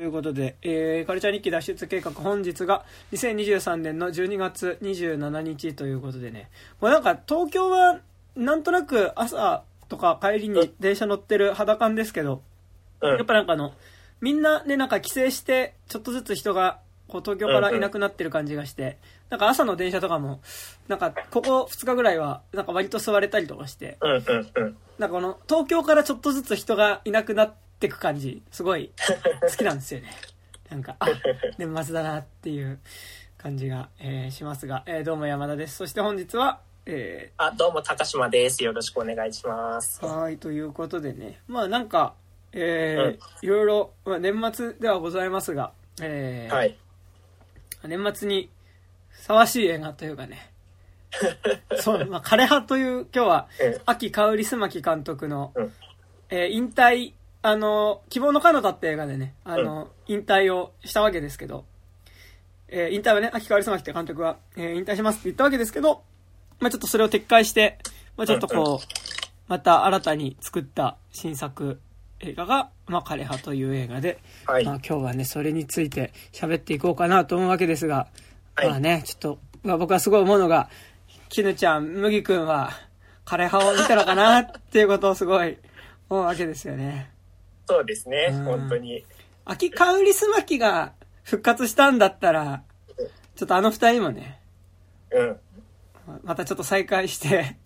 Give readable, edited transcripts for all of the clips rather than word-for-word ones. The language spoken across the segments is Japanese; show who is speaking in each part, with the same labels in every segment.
Speaker 1: いうことで、カルチャー日記脱出計画、本日が2023年の12月27日ということでね、もうなんか東京はなんとなく朝とか帰りに電車乗ってる肌感ですけど、やっぱなんかみんなね、なんか帰省してちょっとずつ人がこう東京からいなくなってる感じがして、なんか朝の電車とかもなんかここ2日ぐらいはなんか割と座れたりとかして、なんかこの東京からちょっとずつ人がいなくなってく感じすごい好きなんですよね。なんか年末だなっていう感じが、しますが、どうも山田です。そして本日は、
Speaker 2: どうも高島です。よろしくお願いします。
Speaker 1: はい、ということでね、まあなんか、いろいろ、まあ、年末ではございますが、
Speaker 2: はい、
Speaker 1: 年末にふさわしい映画というかねそう、まあ、枯葉という今日は秋香りすまき監督の、引退希望の彼方って映画でね引退をしたわけですけど、引退はね秋香りすまきって監督は、引退しますって言ったわけですけど、まあ、ちょっとそれを撤回して、まあ、ちょっとこうまた新たに作った新作映画が、まあ、枯葉という映画で、
Speaker 2: はい、
Speaker 1: まあ、今日はねそれについて喋っていこうかなと思うわけですが、まあねちょっと、まあ、僕はすごい思うのが絹ちゃん麦くんは枯葉を見たのかなっていうことをすごい思うわけですよね。
Speaker 2: そうですね、本当に
Speaker 1: 秋香りすまきが復活したんだったらちょっと二人もね、またちょっと再会して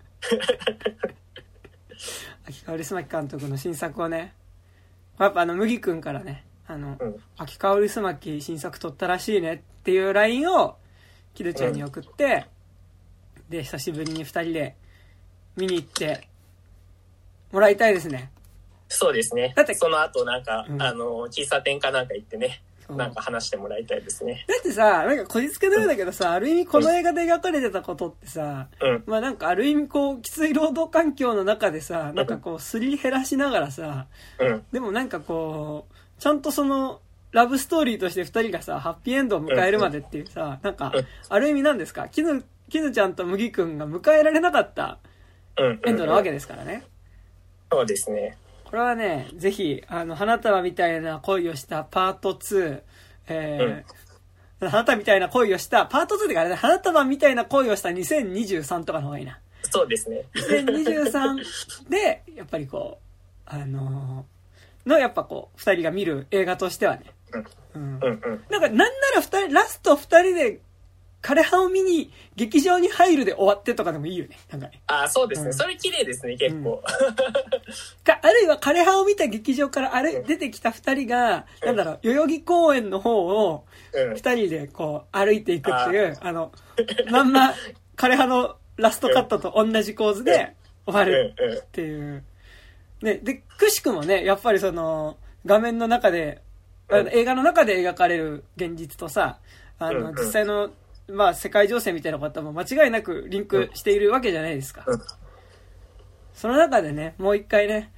Speaker 1: 秋香りすまき監督の新作をね、やっぱ麦くんからね秋香りすまき新作撮ったらしいねっていう LINE をキルちゃんに送って、で久しぶりに2人で見に行ってもらいたいですね。
Speaker 2: そうですね。だってその後なんか、喫茶店かなんか行ってね、なんか話してもらいたいですね。
Speaker 1: だってさ、なんかこじつけのようだけどさ、ある意味この映画で描かれてたことってさ、まあなんかある意味こうきつい労働環境の中でさ、なんかこうすり減らしながらさ、でもなんかこうちゃんとそのラブストーリーとして2人がさハッピーエンドを迎えるまでっていうさ、なんかある意味なんですか、キヌちゃんと麦くんが迎えられなかったエンドなわけですからね。
Speaker 2: そうですね。こ
Speaker 1: れはね、ぜひ花束みたいな恋をしたパート2、花束みたいな恋をしたパート2ってかね、花束みたいな恋をした2023とかの方がいいな。
Speaker 2: そうですね。
Speaker 1: 2023でやっぱりこうやっぱこう2人が見る映画としてはね、なんなら2人ラスト2人で枯葉を見に劇場に入るで終わってとかでもいいよね。なんかね。
Speaker 2: そうですね。それ綺麗ですね、結構。
Speaker 1: あるいは枯葉を見た劇場から出てきた2人が、なんだろう、代々木公園の方を2人でこう歩いていくっていう、まんま枯葉のラストカットと同じ構図で終わるっていう。ね、で、くしくもね、やっぱりその画面の中で、映画の中で描かれる現実とさ、実際のまあ世界情勢みたいなことも間違いなくリンクしているわけじゃないですか。その中でね、もう一回ね、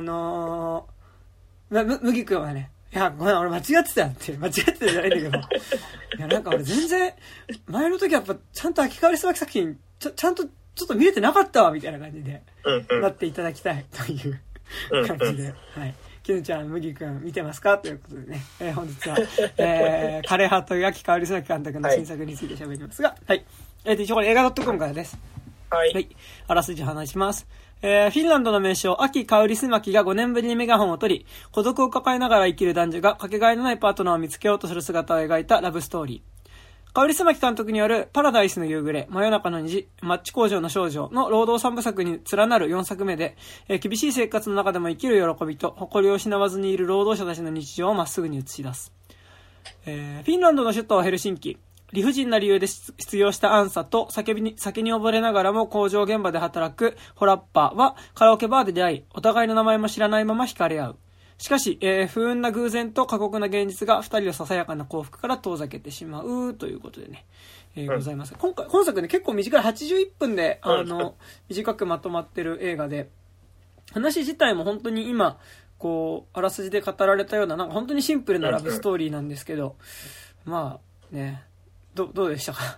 Speaker 1: 麦くんはね、いや、ごめん、俺間違ってたって、間違ってたじゃないんだけど、いや、なんか俺全然、前の時やっぱちゃんと秋香りすまき作品、ちゃんとちょっと見れてなかったわ、みたいな感じで、なっていただきたいという感じで、はい。きぬちゃん、麦くん見てますかということでね、本日は、枯葉という秋香りすまき監督の新作について喋りますが、はい。一応これ映画 .com からです。
Speaker 2: はい。
Speaker 1: はい。あらすじ話します。フィンランドの名将、秋香りすまきが5年ぶりにメガホンを取り、孤独を抱えながら生きる男女がかけがえのないパートナーを見つけようとする姿を描いたラブストーリー。香りすまき監督によるパラダイスの夕暮れ、真夜中の虹、マッチ工場の少女の労働三部作に連なる4作目で、厳しい生活の中でも生きる喜びと誇りを失わずにいる労働者たちの日常をまっすぐに映し出す。フィンランドの首都ヘルシンキ、理不尽な理由で失業したアンサと酒に溺れながらも工場現場で働くホラッパーはカラオケバーで出会い、お互いの名前も知らないまま惹かれ合う。しかし、不運な偶然と過酷な現実が二人をささやかな幸福から遠ざけてしまうということでね、ございます。今作ね、結構短い81分で、短くまとまってる映画で、話自体も本当に今、こう、あらすじで語られたような、なんか本当にシンプルなラブストーリーなんですけど、まあ、ね、どうでしたか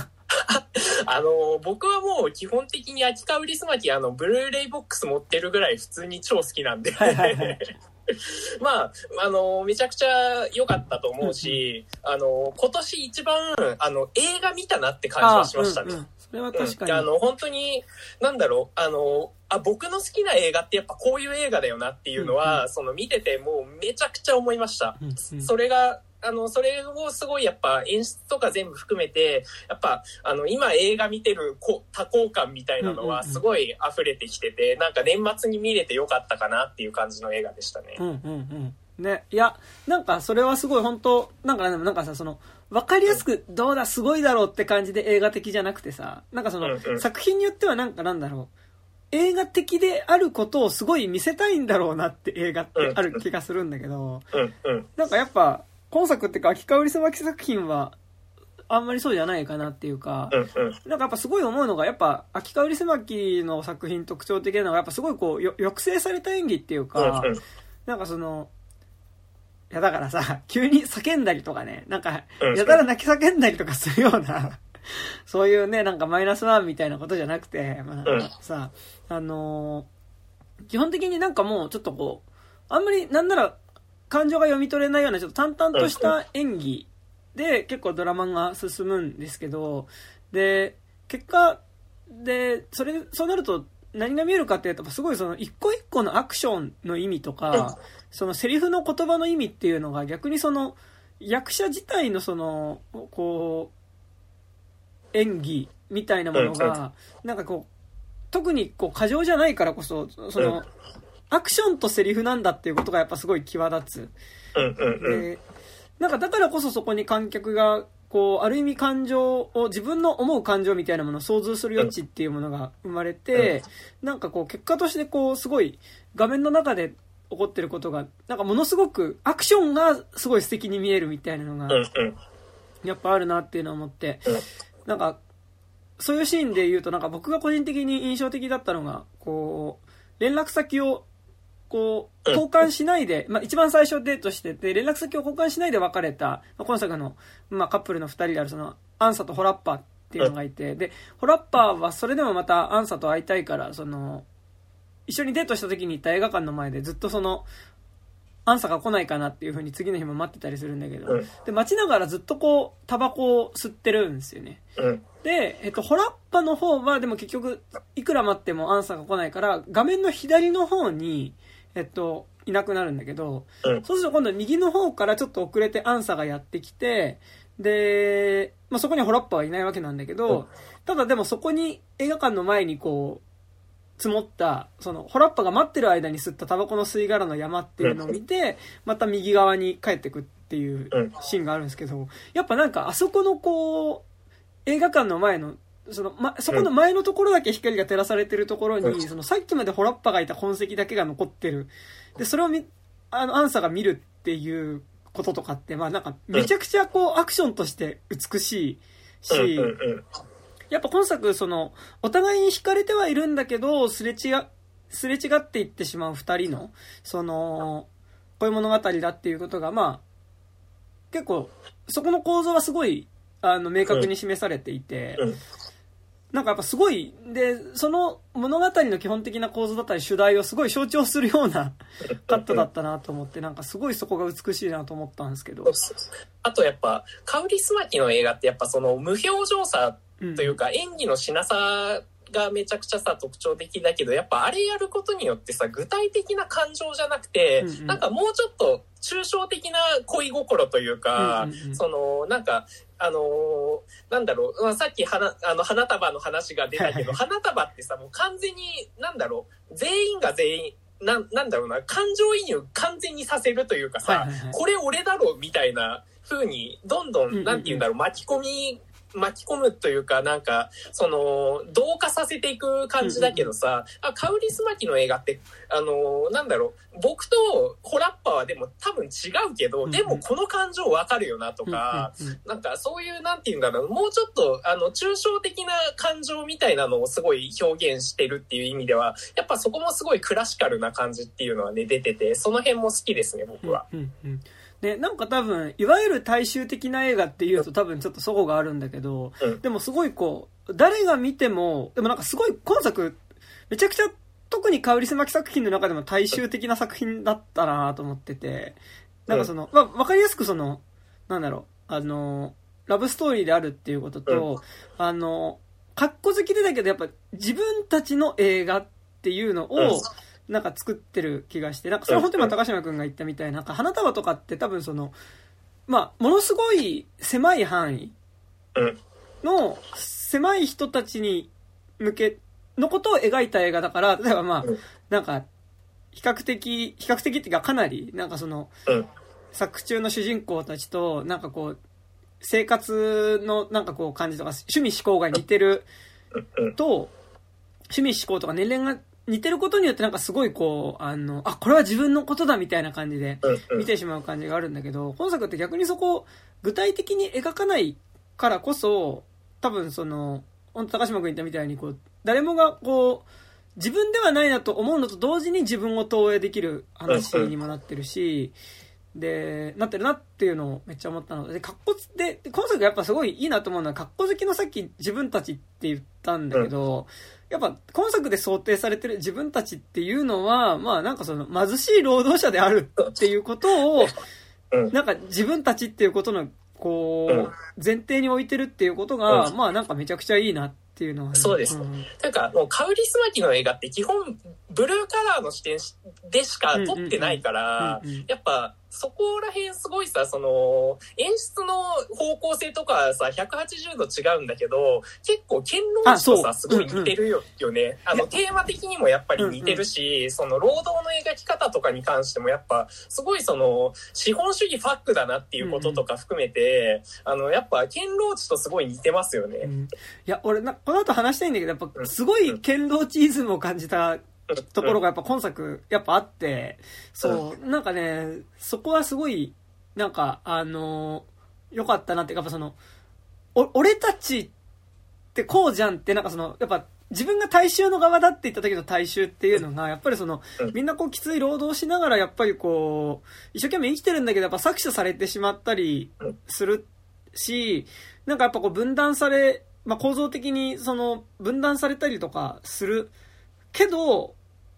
Speaker 2: 僕はもう基本的に秋香りすまきブルーレイボックス持ってるぐらい普通に超好きなんで
Speaker 1: はいはいはい
Speaker 2: まあ、めちゃくちゃ良かったと思うし、今年一番、映画見たなって感じはしましたね。
Speaker 1: それは確かに。
Speaker 2: 本当に、なんだろう、僕の好きな映画ってやっぱこういう映画だよなっていうのは、見ててもうめちゃくちゃ思いました。それが、それをすごいやっぱ演出とか全部含めて、やっぱ、今映画見てる多幸感みたいなのはすごい溢れてきてて、なんか年末に見れてよかったかなっていう感じの映画でしたね。
Speaker 1: ね、いや、なんかそれはすごい本当なんかさ、わかりやすくどうだ、すごいだろうって感じで映画的じゃなくてさ、なんか作品によってはなんだろう、映画的であることをすごい見せたいんだろうなって映画ってある気がするんだけど、なんかやっぱ、今作っていうか、秋川里巻作品は、あんまりそうじゃないかなっていうか、なんかやっぱすごい思うのが、やっぱ、秋川里巻の作品特徴的なのが、やっぱすごいこう、抑制された演技っていうか、なんかいやだからさ、急に叫んだりとかね、なんか、やたら泣き叫んだりとかするような、そういうね、なんかマイナスワンみたいなことじゃなくて、まあ、さ、基本的になんかもうちょっとこう、あんまりなんなら感情が読み取れないようなちょっと淡々とした演技で結構ドラマが進むんですけど、で、結果で、そうなると何が見えるかっていうと、すごい一個一個のアクションの意味とか、セリフの言葉の意味っていうのが逆に役者自体のこう、演技みたいなものが、なんかこう、特にこう過剰じゃないからこそ、アクションとセリフなんだっていうことがやっぱすごい際立つ。で、なんかだからこそそこに観客が、こう、ある意味自分の思う感情みたいなものを想像する余地っていうものが生まれて、なんかこう、結果としてこう、すごい画面の中で起こってることが、なんかものすごくアクションがすごい素敵に見えるみたいなのが、やっぱあるなっていうのを思って、なんか、そういうシーンで言うと、なんか僕が個人的に印象的だったのが、こう、連絡先を、こう、交換しないで、まあ一番最初デートしてて、連絡先を交換しないで別れた、今作の、まあカップルの二人であるアンサとホラッパーっていうのがいて、で、ホラッパーはそれでもまたアンサと会いたいから、一緒にデートした時に行った映画館の前でずっとアンサが来ないかなっていう風に次の日も待ってたりするんだけど、で、待ちながらずっとこう、タバコを吸ってるんですよね。で、ホラッパの方はでも結局、いくら待ってもアンサが来ないから、画面の左の方に、いなくなるんだけど、そうすると今度右の方からちょっと遅れてアンサがやってきて、で、まあ、そこにホラッパはいないわけなんだけど、ただでもそこに映画館の前にこう、積もった、ホラッパが待ってる間に吸ったタバコの吸い殻の山っていうのを見て、また右側に帰ってくっていうシーンがあるんですけど、やっぱなんかあそこのこう、映画館の前の、そこの前のところだけ光が照らされてるところに、さっきまでホラッパがいた痕跡だけが残ってる。で、それをアンサが見るっていうこととかって、まあなんか、めちゃくちゃこう、アクションとして美しいし、やっぱ今作、お互いに惹かれてはいるんだけど、すれ違っていってしまう二人の、こういう物語だっていうことが、まあ、結構、そこの構造はすごい、明確に示されていて、なんかやっぱすごい、で、その物語の基本的な構造だったり主題をすごい象徴するようなカットだったなと思って、なんかすごいそこが美しいなと思ったんですけど。
Speaker 2: あとやっぱ、カウリスマキの映画ってやっぱ無表情さというか演技のしなさがめちゃくちゃさ特徴的だけど、やっぱあれやることによってさ、具体的な感情じゃなくて、なんかもうちょっと抽象的な恋心というか、なんか、なんだろう、さっき花束の話が出たけど、花束ってさ、もう完全に、なんだろう、全員が全員、なんだろうな、感情移入完全にさせるというかさ、これ俺だろうみたいな風に、どんどん、なんて言うんだろう、巻き込むというか、なんか、同化させていく感じだけどさ、カウリスマキの映画って、なんだろう、僕とホラッパはでも多分違うけど、でもこの感情わかるよなとか、なんかそういう、なんて言うんだろう、もうちょっと、抽象的な感情みたいなのをすごい表現してるっていう意味では、やっぱそこもすごいクラシカルな感じっていうのはね、出てて、その辺も好きですね、僕は。
Speaker 1: で、なんか多分、いわゆる大衆的な映画っていうと多分ちょっと齟齬があるんだけど、でもすごいこう、誰が見ても、でもなんかすごい今作、めちゃくちゃ特にカウリスマキ作品の中でも大衆的な作品だったなと思ってて、なんかわかりやすくなんだろう、ラブストーリーであるっていうことと、かっこ好きでだけどやっぱ自分たちの映画っていうのを、なんか作ってる気がして、なんかそれ本当に高島くんが言ったみたいな、なんか花束とかって多分ものすごい狭い範囲の狭い人たちに向けのことを描いた映画だから、例えばなんか比較的っていうかかなりなんか作中の主人公たちとなんかこう生活のなんかこう感じとか趣味嗜好が似てると、趣味嗜好とか年齢が似てることによってなんかすごいこうこれは自分のことだみたいな感じで見てしまう感じがあるんだけど、本作って逆にそこを具体的に描かないからこそ、多分本当高島君言ったみたいにこう誰もがこう自分ではないなと思うのと同時に自分を投影できる話にもなってるし、でなってるなっていうのをめっちゃ思ったので、今作やっぱすごいいいなと思うのは、カッコ好きのさっき自分たちって言ったんだけど、やっぱ今作で想定されてる自分たちっていうのは、なんか貧しい労働者であるっていうことをなんか自分たちっていうことのこう前提に置いてるっていうことが、なんかめちゃくちゃいいなっていうのは、
Speaker 2: そうです。なんかもうカウリスマキの映画って基本ブルーカラーの視点でしか撮ってないから、やっぱそこら辺すごいさ、演出の方向性とかさ、180度違うんだけど、結構堅牢地とさ、すごい似てるよね。テーマ的にもやっぱり似てるし、労働の描き方とかに関してもやっぱ、すごい資本主義ファックだなっていうこととか含めて、やっぱ堅牢地とすごい似てますよね。
Speaker 1: いや、俺この後話したいんだけど、やっぱすごい堅牢地イズムを感じたところがやっぱ今作やっぱあって、なんかね、そこはすごいなんか良かったなっていうか、やっぱ俺たちってこうじゃんって、なんかやっぱ自分が大衆の側だって言った時の大衆っていうのがやっぱりみんなこうきつい労働しながらやっぱりこう一生懸命生きてるんだけど、やっぱ搾取されてしまったりするし、なんかやっぱこう分断され、構造的に分断されたりとかするけど、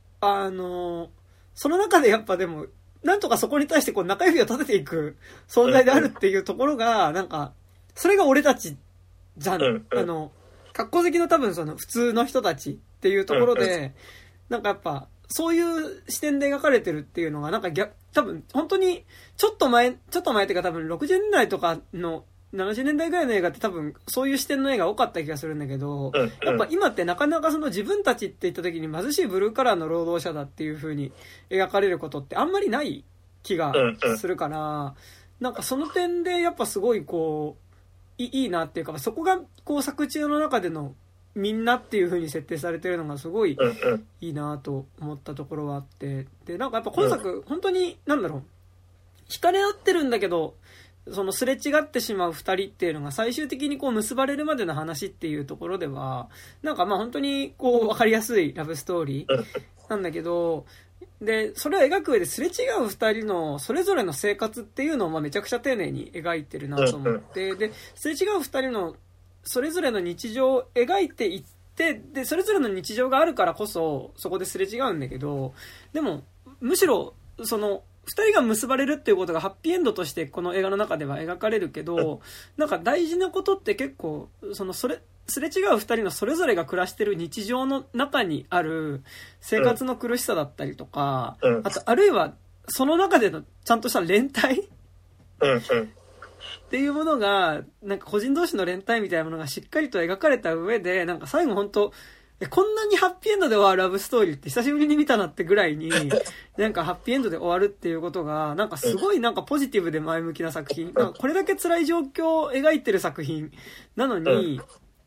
Speaker 1: その中でやっぱでもなんとかそこに対してこう中指を立てていく存在であるっていうところが、なんかそれが俺たちじゃん、格好好きの多分普通の人たちっていうところで、なんかやっぱそういう視点で描かれてるっていうのがなんか多分本当にちょっと前っていうか、多分60年代とかの70年代ぐらいの映画って多分そういう視点の映画多かった気がするんだけど、やっぱ今ってなかなか自分たちって言った時に貧しいブルーカラーの労働者だっていう風に描かれることってあんまりない気がするから、なんかその点でやっぱすごいこういいなっていうか、そこがこう作中の中でのみんなっていう風に設定されてるのがすごいいいなと思ったところはあって、でなんかやっぱ今作本当になんだろう、惹かれ合ってるんだけどすれ違ってしまう二人っていうのが最終的にこう結ばれるまでの話っていうところでは、なんか本当にこう分かりやすいラブストーリーなんだけど、でそれを描く上ですれ違う二人のそれぞれの生活っていうのをめちゃくちゃ丁寧に描いてるなと思って、ですれ違う二人のそれぞれの日常を描いていって、でそれぞれの日常があるからこそそこですれ違うんだけど、でもむしろ二人が結ばれるっていうことがハッピーエンドとしてこの映画の中では描かれるけど、なんか大事なことって結構すれ違う二人のそれぞれが暮らしてる日常の中にある生活の苦しさだったりとか、あるいはその中でのちゃんとした連帯っていうものが、なんか個人同士の連帯みたいなものがしっかりと描かれた上で、なんか最後本当こんなにハッピーエンドで終わるラブストーリーって久しぶりに見たなってぐらいに、なんかハッピーエンドで終わるっていうことが、なんかすごいなんかポジティブで前向きな作品。なんかこれだけ辛い状況を描いてる作品なのに、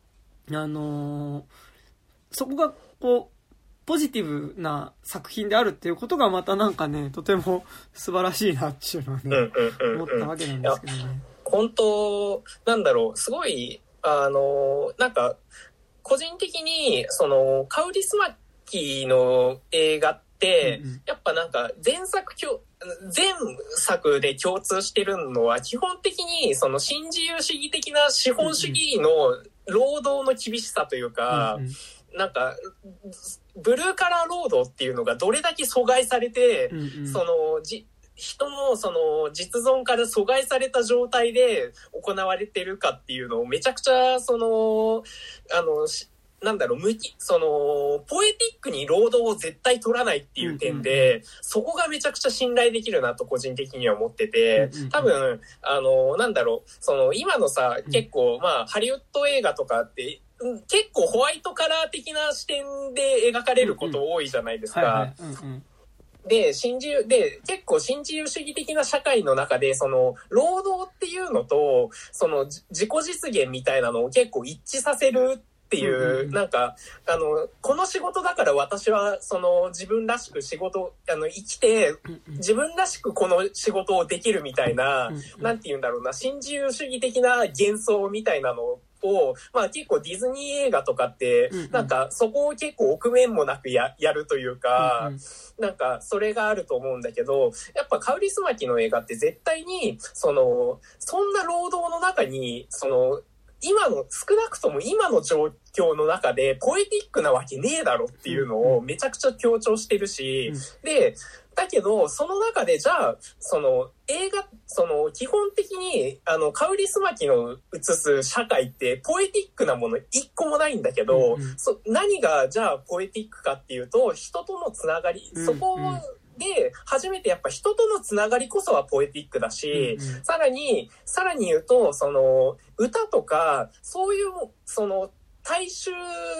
Speaker 1: そこがこう、ポジティブな作品であるっていうことがまたなんかね、とても素晴らしいなっていうのはね、思ったわけなんですけどね。
Speaker 2: 本当、なんだろう、すごい、なんか、個人的にカウリスマキの映画って、やっぱなんか前作で共通してるのは基本的に新自由主義的な資本主義の労働の厳しさというか、 なんか、ブルーカラー労働っていうのがどれだけ阻害されて、人のその実存から阻害された状態で行われてるかっていうのをめちゃくちゃなんだろう、ポエティックに労働を絶対取らないっていう点で、そこがめちゃくちゃ信頼できるなと個人的には思ってて、多分、なんだろう、今のさ、結構、まあ、ハリウッド映画とかって、結構ホワイトカラー的な視点で描かれること多いじゃないですか。で、結構新自由主義的な社会の中で、労働っていうのと、自己実現みたいなのを結構一致させるっていう、なんか、この仕事だから私は、自分らしく生きて、自分らしくこの仕事をできるみたいな、なんて言うんだろうな、新自由主義的な幻想みたいなのを、まあ結構ディズニー映画とかって、なんかそこを結構臆面もなくやるというか、なんかそれがあると思うんだけど、やっぱカウリスマキの映画って絶対に、そんな労働の中に、少なくとも今の状況の中でポエティックなわけねえだろっていうのをめちゃくちゃ強調してるし、で、だけど、その中でじゃあ、映画、基本的に、カウリスマキの映す社会ってポエティックなもの一個もないんだけど、何がじゃあポエティックかっていうと、人とのつながり、そこを、で、初めてやっぱ人とのつながりこそはポエティックだし、さらに言うと、歌とか、そういう、大衆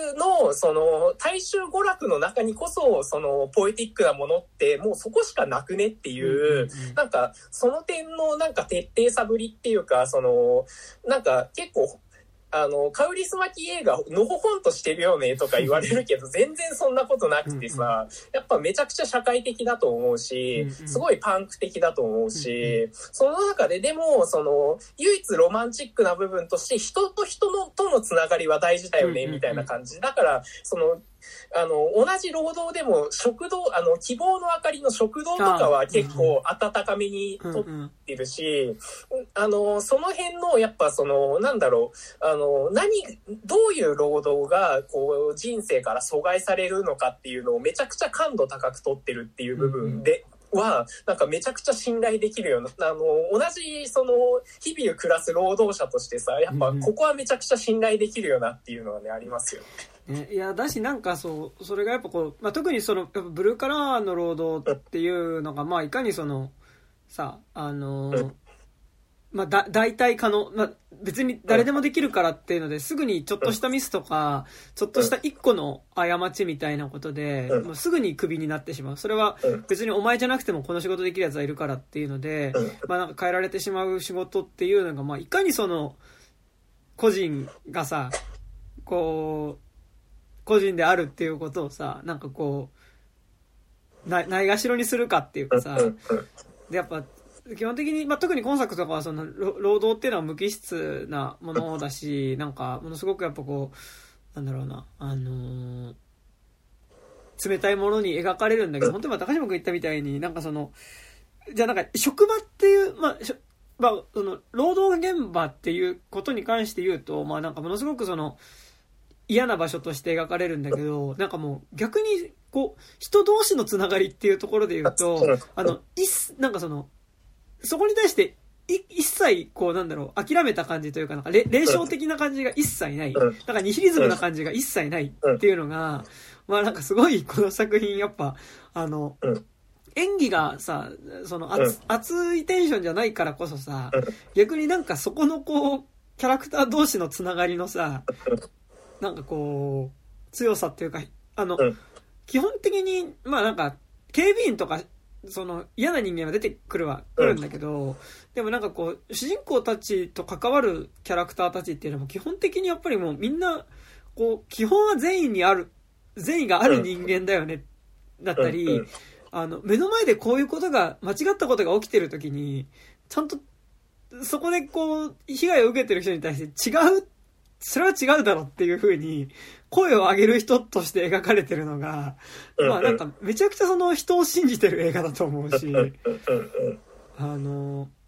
Speaker 2: 娯楽の中にこそ、ポエティックなものって、もうそこしかなくねっていう、なんか、その点のなんか徹底さぶりっていうか、なんか結構、カウリスマキ映画のほほんとしてるよねとか言われるけど全然そんなことなくてさ、やっぱめちゃくちゃ社会的だと思うし、すごいパンク的だと思うし、その中ででも唯一ロマンチックな部分として人と人とのつながりは大事だよねみたいな感じだから、同じ労働でも希望の明かりの食堂とかは結構温かめに撮ってるし、その辺のやっぱなんだろう、どういう労働がこう人生から阻害されるのかっていうのをめちゃくちゃ感度高く撮ってるっていう部分で、はなんかめちゃくちゃ信頼できるような、同じ日々暮らす労働者としてさ、やっぱここはめちゃくちゃ信頼できるよなっていうのはねありますよ。
Speaker 1: いやだしなんかそれがやっぱこう、まあ、特にやっぱブルーカラーの労働っていうのが、まあいかにさまあ代替可能、まあ、別に誰でもできるからっていうのですぐにちょっとしたミスとかちょっとした一個の過ちみたいなことでもうすぐにクビになってしまう。それは別にお前じゃなくてもこの仕事できるやつはいるからっていうので、まあなんか変えられてしまう仕事っていうのが、まあいかに個人がさこう個人であるっていうことをさ、なんかこうないがしろにするかっていうかさ、でやっぱ基本的に、まあ、特に今作とかは労働っていうのは無機質なものだし、なんかものすごくやっぱこうなんだろうな、冷たいものに描かれるんだけど、本当に高島君言ったみたいになんかじゃあなんか職場っていう、まあ労働現場っていうことに関して言うと、まあなんかものすごく嫌な場所として描かれるんだけど、なんかもう逆にこう人同士のつながりっていうところで言うと、なんかそこに対して一切こうなんだろう諦めた感じというか、なんか霊障的な感じが一切ない、なんかニヒリズムな感じが一切ないっていうのが、まあなんかすごいこの作品やっぱ演技がさ熱いテンションじゃないからこそさ、逆になんかそこのこうキャラクター同士のつながりのさ、なんかこう強さっていうか基本的にまあなんか警備員とか嫌な人間は出てくるんだけど、でもなんかこう主人公たちと関わるキャラクターたちっていうのも基本的にやっぱりもうみんなこう基本は善意がある人間だよねだったり、目の前でこういうことが間違ったことが起きてる時にちゃんとそこでこう被害を受けてる人に対してそれは違うだろっていう風に声を上げる人として描かれてるのが、まあなんかめちゃくちゃ人を信じてる映画だと思うし、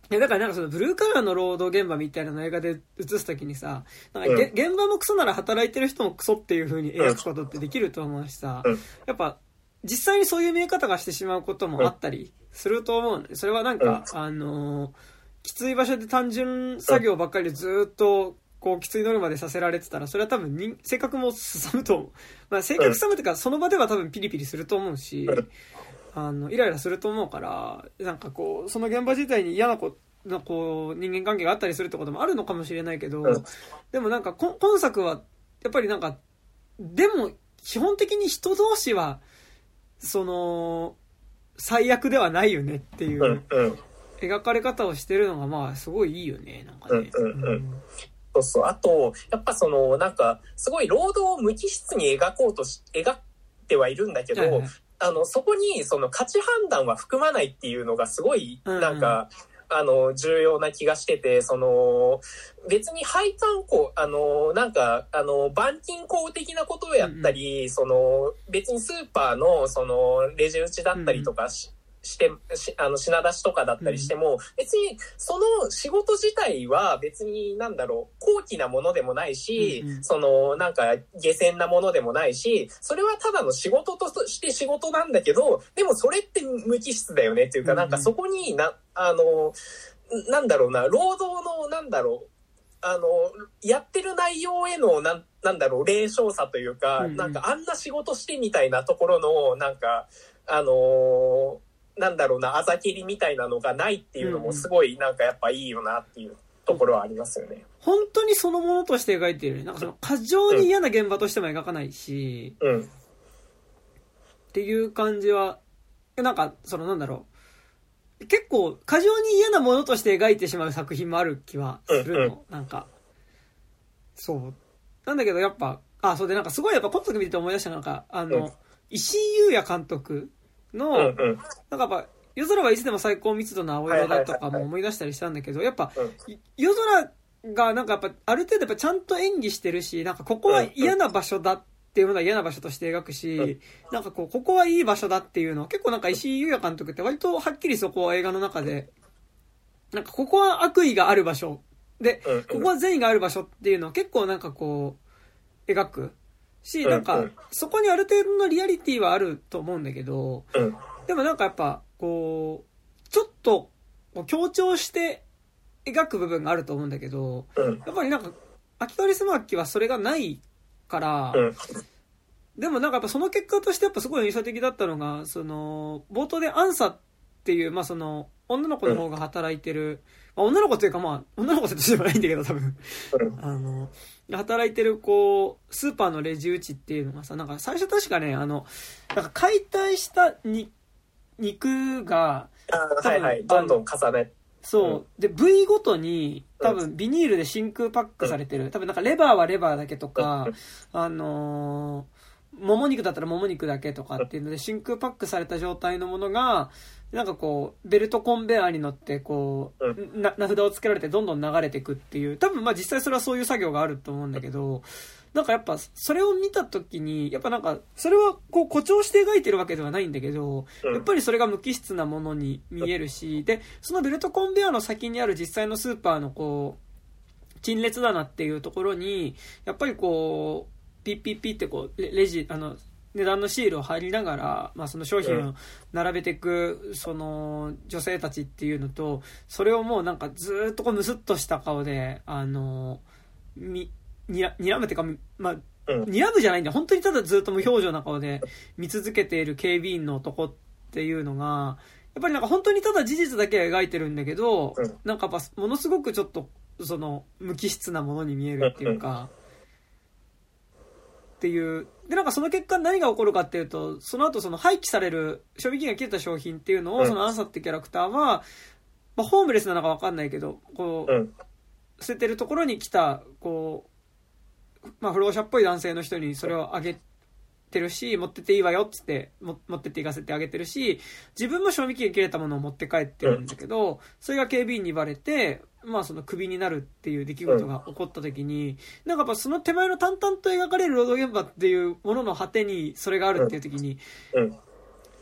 Speaker 1: だからなんかそのブルーカラーの労働現場みたいなの映画で映すときにさ、なんか現場もクソなら働いてる人もクソっていう風に描くことってできると思うしさ、やっぱ実際にそういう見え方がしてしまうこともあったりすると思うので、それはなんか、きつい場所で単純作業ばっかりでずっとこうきついノルマでさせられてたら、それは多分性格もすさむと思う。まあ性格すさむっていうか、その場では多分ピリピリすると思うし、イライラすると思うから、なんかこう、その現場自体に嫌なこう、人間関係があったりするってこともあるのかもしれないけど、でもなんか今作は、やっぱりなんか、でも、基本的に人同士は、最悪ではないよねっていう、描かれ方をしてるのが、まあ、すごいいいよね、なんかね。
Speaker 2: そうそう。あと、やっぱなんか、すごい労働を無機質に描ってはいるんだけど、そこに価値判断は含まないっていうのがすごいなんか、重要な気がしてて、別に配管工、なんか板金工的なことをやったり、別にスーパーのレジ打ちだったりとかして品出しとかだったりしても、別にその仕事自体は別に高貴なものでもないし、なんか下賤なものでもないし、それはただの仕事として仕事なんだけど、でもそれって無機質だよねっていうか、なんかそこに労働のやってる内容への冷笑さというか、なんかあんな仕事してみたいなところのなんかあざきりみたいなのがないっていうのもすごいなんかやっぱいいよなっていうところはありますよね。
Speaker 1: 本当にそのものとして描いている。なんか過剰に嫌な現場としても描かないし、っていう感じは、なんか結構過剰に嫌なものとして描いてしまう作品もある気はするの。なんか、そう。なんだけどやっぱ、そうでなんかすごいやっぱ今作見てて思い出したのが、石井裕也監督の、なんかやっぱ、夜空はいつでも最高密度の青色だとかも思い出したりしたんだけど、やっぱ、夜空がなんかやっぱ、ある程度やっぱちゃんと演技してるし、なんかここは嫌な場所だっていうものは嫌な場所として描くし、なんかここはいい場所だっていうのは結構なんか石井裕也監督って割とはっきりそこは映画の中で、なんかここは悪意がある場所で、ここは善意がある場所っていうのを結構なんかこう、描く。し、なんか、そこにある程度のリアリティはあると思うんだけど、でもなんかやっぱ、こう、ちょっと強調して描く部分があると思うんだけど、やっぱりなんか、秋川リスマッキはそれがないから、でもなんかやっぱその結果としてやっぱすごい印象的だったのが、冒頭でアンサっていう、まあ女の子の方が働いてる、女の子というか女の子としてはないんだけど多分、働いてるこうスーパーのレジ打ちっていうのがさ、なんか最初確かねなんか解体した肉が
Speaker 2: どんどん重ね、
Speaker 1: そうで部位ごとに多分ビニールで真空パックされてる、多分なんかレバーはレバーだけとか、もも肉だったらもも肉だけとかっていうので真空パックされた状態のものがなんかこうベルトコンベアに乗ってこう名札をつけられてどんどん流れていくっていう、多分実際それはそういう作業があると思うんだけど、なんかやっぱそれを見た時にやっぱなんかそれはこう誇張して描いてるわけではないんだけど、やっぱりそれが無機質なものに見えるし、でそのベルトコンベアの先にある実際のスーパーのこう陳列棚っていうところにやっぱりこうピッピッピッってこうレジ値段のシールを貼りながら、その商品を並べていくその女性たちっていうのと、それをもうなんかずっとこうムスッとした顔で睨むっていうか、睨むじゃないんだ、本当にただずっと無表情な顔で見続けている警備員の男っていうのがやっぱりなんか本当にただ事実だけは描いてるんだけど、なんかやっぱものすごくちょっとその無機質なものに見えるっていうか、っていうで、なんかその結果何が起こるかっていうと、その後その廃棄される賞味期限が切れた商品っていうのをそのアンサってキャラクターは、ホームレスなのか分かんないけどこう捨ててるところに来たこう不老者っぽい男性の人にそれをあげてるし、持ってっていいわよっつって持ってって行かせてあげてるし、自分も賞味期限切れたものを持って帰ってるんだけど、それが警備員にバレてそのクビになるっていう出来事が起こった時に、なんかやっぱその手前の淡々と描かれる労働現場っていうものの果てにそれがあるっていう時に、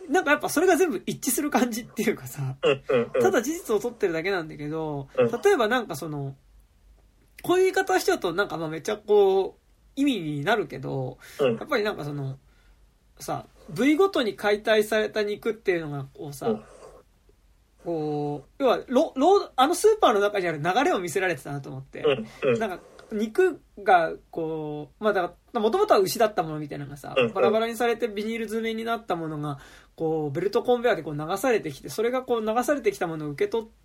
Speaker 1: なんかやっぱそれが全部一致する感じっていうかさ、ただ事実を取ってるだけなんだけど、例えばなんかその、こういう言い方しちゃうとなんかまあめっちゃこう、意味になるけど、やっぱりなんかその、さ、部位ごとに解体された肉っていうのがこうさ、こう、要はあのスーパーの中にある流れを見せられてたなと思って、なんか肉がこう、まあだからもともとは牛だったものみたいなのがさ、バラバラにされてビニール詰めになったものがこうベルトコンベヤーでこう流されてきて、それがこう流されてきたものを受け取って、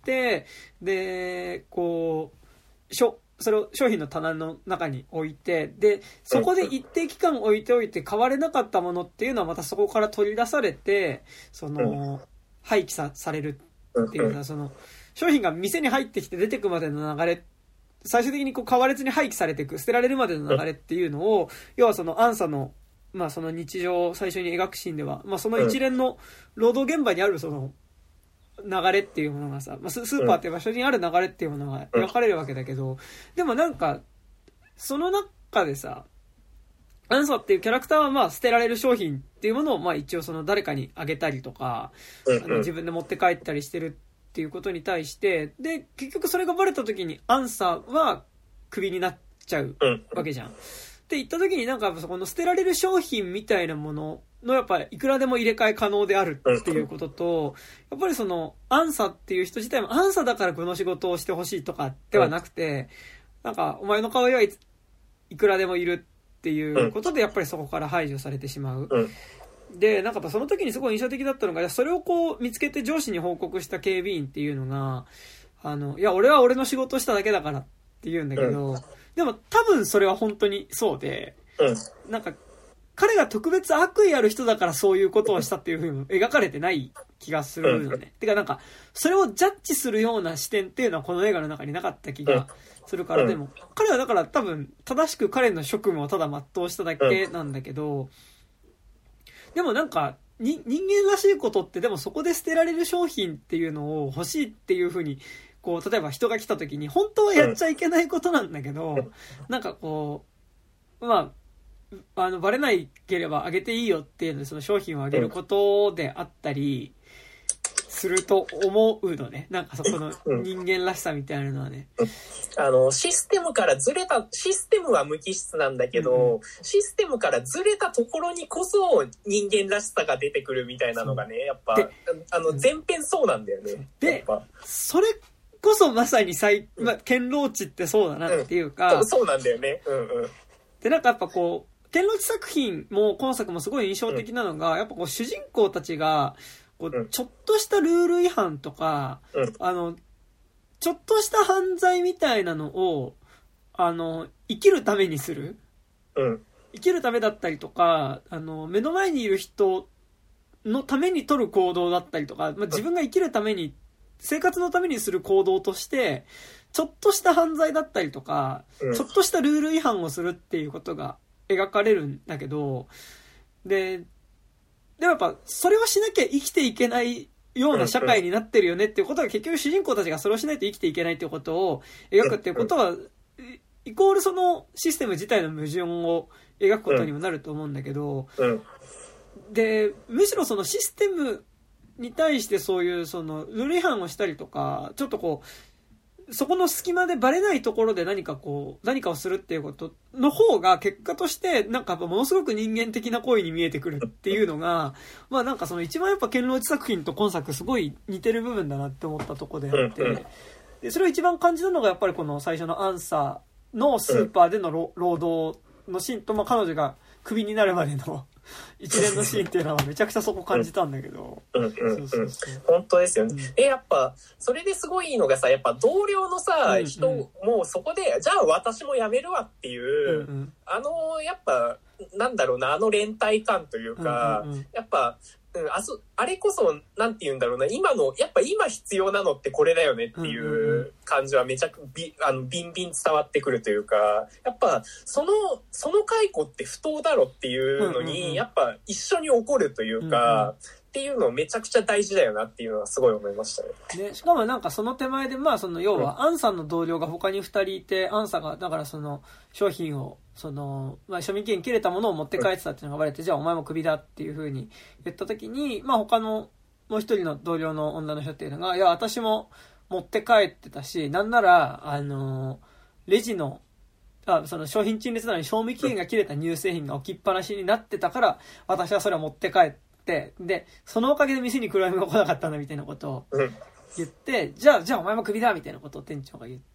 Speaker 1: でこうそれを商品の棚の中に置いて、でそこで一定期間置いておいて買われなかったものっていうのはまたそこから取り出されて、その廃棄されるっていうのは、その商品が店に入ってきて出てくまでの流れ、最終的にこう買われずに廃棄されていく、捨てられるまでの流れっていうのを、要はそのアンサのまあその日常を最初に描くシーンでは、まあその一連の労働現場にあるその流れっていうものがさ、まあ、スーパーっていう場所にある流れっていうものが描かれるわけだけど、でもなんかその中でさ、アンサっていうキャラクターはまあ捨てられる商品っていうものをまあ一応その誰かにあげたりとか、自分で持って帰ったりしてるっていうことに対して、で結局それがバレた時にアンサはクビになっちゃうわけじゃん。って言った時になんかそこの捨てられる商品みたいなもののやっぱりいくらでも入れ替え可能であるっていうことと、やっぱりそのアンサっていう人自体もアンサだからこの仕事をしてほしいとかではなくて、なんかお前の代わりはいくらでもいるっていうことでやっぱりそこから排除されてしまう。でなんかその時にすごい印象的だったのが、それをこう見つけて上司に報告した警備員っていうのが、いや俺は俺の仕事をしただけだからって言うんだけど、でも多分それは本当にそうで、なんか彼が特別悪意ある人だからそういうことをしたっていう風に描かれてない気がするよね。てかなんかそれをジャッジするような視点っていうのはこの映画の中になかった気がするから、でも彼はだから多分正しく彼の職務をただ全うしただけなんだけど、でもなんか人間らしいことってでもそこで捨てられる商品っていうのを欲しいっていう風にこう例えば人が来た時に本当はやっちゃいけないことなんだけど、なんかこうまあバレないければあげていいよっていうのでその商品をあげることであったりすると思うのね。なんかそこの人間らしさみたいなのはね、
Speaker 2: システムからずれた、システムは無機質なんだけど、システムからずれたところにこそ人間らしさが出てくるみたいなのがね、やっぱ前編そうなんだよね。
Speaker 1: でそれこそまさに堅牢地ってそうだなっていうか、
Speaker 2: そうなんだよね。
Speaker 1: でなんかやっぱこう堅牢地作品も今作もすごい印象的なのが、やっぱこう主人公たちがこうちょっとしたルール違反とか、ちょっとした犯罪みたいなのを生きるためにする、生きるためだったりとか、目の前にいる人のために取る行動だったりとか、自分が生きるために生活のためにする行動としてちょっとした犯罪だったりとか、ちょっとしたルール違反をするっていうことが描かれるんだけど、でもやっぱそれをしなきゃ生きていけないような社会になってるよねっていうことが、結局主人公たちがそれをしないと生きていけないっていうことを描くっていうことはイコールそのシステム自体の矛盾を描くことにもなると思うんだけど、でむしろそのシステムに対してそういうそのルール違反をしたりとか、ちょっとこうそこの隙間でバレないところで何かをするっていうことの方が結果としてなんかものすごく人間的な行為に見えてくるっていうのが、まあなんかその一番やっぱ堅牢地作品と今作すごい似てる部分だなって思ったところであって、でそれを一番感じたのがやっぱりこの最初のアンサーのスーパーでの労働のシーンと、まあ彼女がクビになるまでの一連のシーンっていうのはめちゃくちゃそこ感じたんだけど、
Speaker 2: 本当ですよね。やっぱそれですごいいいのがさ、やっぱ同僚のさ、人もそこでじゃあ私も辞めるわっていう、やっぱなんだろうな、連帯感というか、やっぱあれこそなんて言うんだろうな、やっぱ今必要なのってこれだよねっていう感じはめちゃくビンビン伝わってくるというか、やっぱその解雇って不当だろっていうのにやっぱ一緒に起こるというか、っっていうのめちゃくちゃ大事だよなっていうのはすごい思いましたね。
Speaker 1: ね、しかもなんかその手前で、まあその要は、アンさんの同僚が他に2人いて、アンさんが、だからその商品を、その、まあ賞味期限切れたものを持って帰ってたっていうのがバレて、じゃあお前もクビだっていう風に言った時に、まあ他のもう一人の同僚の女の人っていうのが、いや、私も持って帰ってたし、なんなら、レジの、その商品陳列なのに賞味期限が切れた乳製品が置きっぱなしになってたから、私はそれを持って帰って、で、そのおかげで店にクライムが来なかったんだみたいなことを言って、じゃあお前もクビだみたいなことを店長が言って、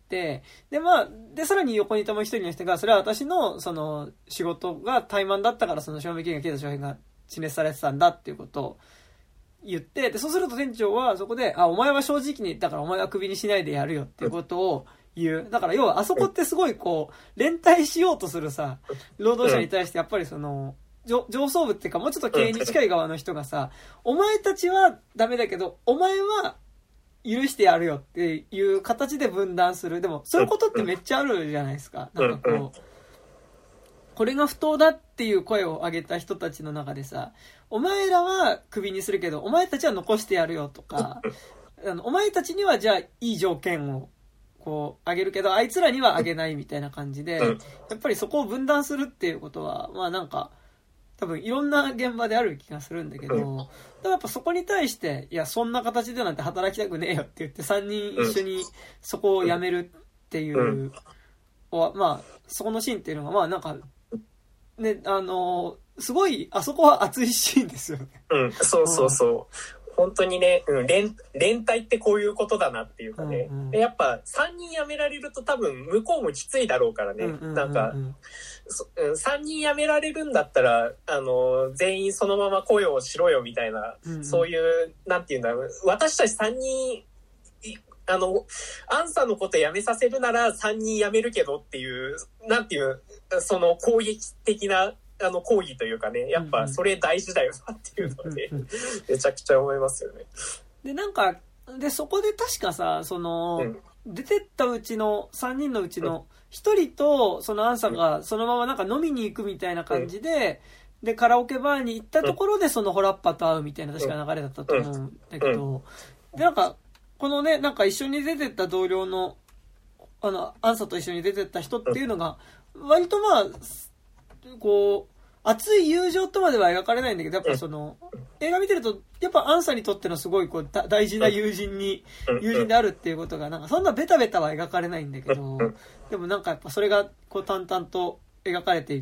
Speaker 1: で、まあ、で、さらに横にいたもう一人の人が、それは私の、その、仕事が怠慢だったから、その賞味期限が切れた商品が陳列されてたんだっていうことを言って、で、そうすると店長はそこで、お前は正直に、だからお前はクビにしないでやるよっていうことを、だから要はあそこってすごいこう連帯しようとするさ労働者に対してやっぱりその上層部っていうかもうちょっと経営に近い側の人がさ、お前たちはダメだけどお前は許してやるよっていう形で分断する。でもそういうことってめっちゃあるじゃないですか。なんかこうこれが不当だっていう声を上げた人たちの中でさ、お前らはクビにするけどお前たちは残してやるよとか、お前たちにはじゃあいい条件をこうあげるけどあいつらにはあげないみたいな感じで、やっぱりそこを分断するっていうことはまあなんか多分いろんな現場である気がするんだけど、だからやっぱそこに対していやそんな形でなんて働きたくねえよって言って3人一緒にそこをやめるっていうまあそこのシーンっていうのがまあなんかねすごいあそこは熱いシーンですよね。
Speaker 2: そうそうそう。本当にね、連帯ってこういうことだなっていうかね。でやっぱ3人辞められると多分向こうもきついだろうからね。なんか、3人辞められるんだったら、全員そのまま雇用しろよみたいな、そういう、なんていうんだろう、私たち3人、アンさんのこと辞めさせるなら3人辞めるけどっていう、なんていう、その攻撃的な、抗議というかね、やっぱそれ大事だよなっていうのはね、めちゃくちゃ思いますよね。
Speaker 1: で、なんか、そこで確かさ、その、出てったうちの3人のうちの1人と、そのアンさんがそのままなんか飲みに行くみたいな感じで、で、カラオケバーに行ったところでそのホラッパと会うみたいな確か流れだったと思うんだけど、で、なんか、このね、なんか一緒に出てった同僚の、アンさんと一緒に出てった人っていうのが、割とまあ、こう熱い友情とまでは描かれないんだけど、やっぱその映画見てるとやっぱアンさんにとってのすごいこう大事な友人であるっていうことがなんかそんなベタベタは描かれないんだけど、でもなんかやっぱそれがこう淡々と描かれていって、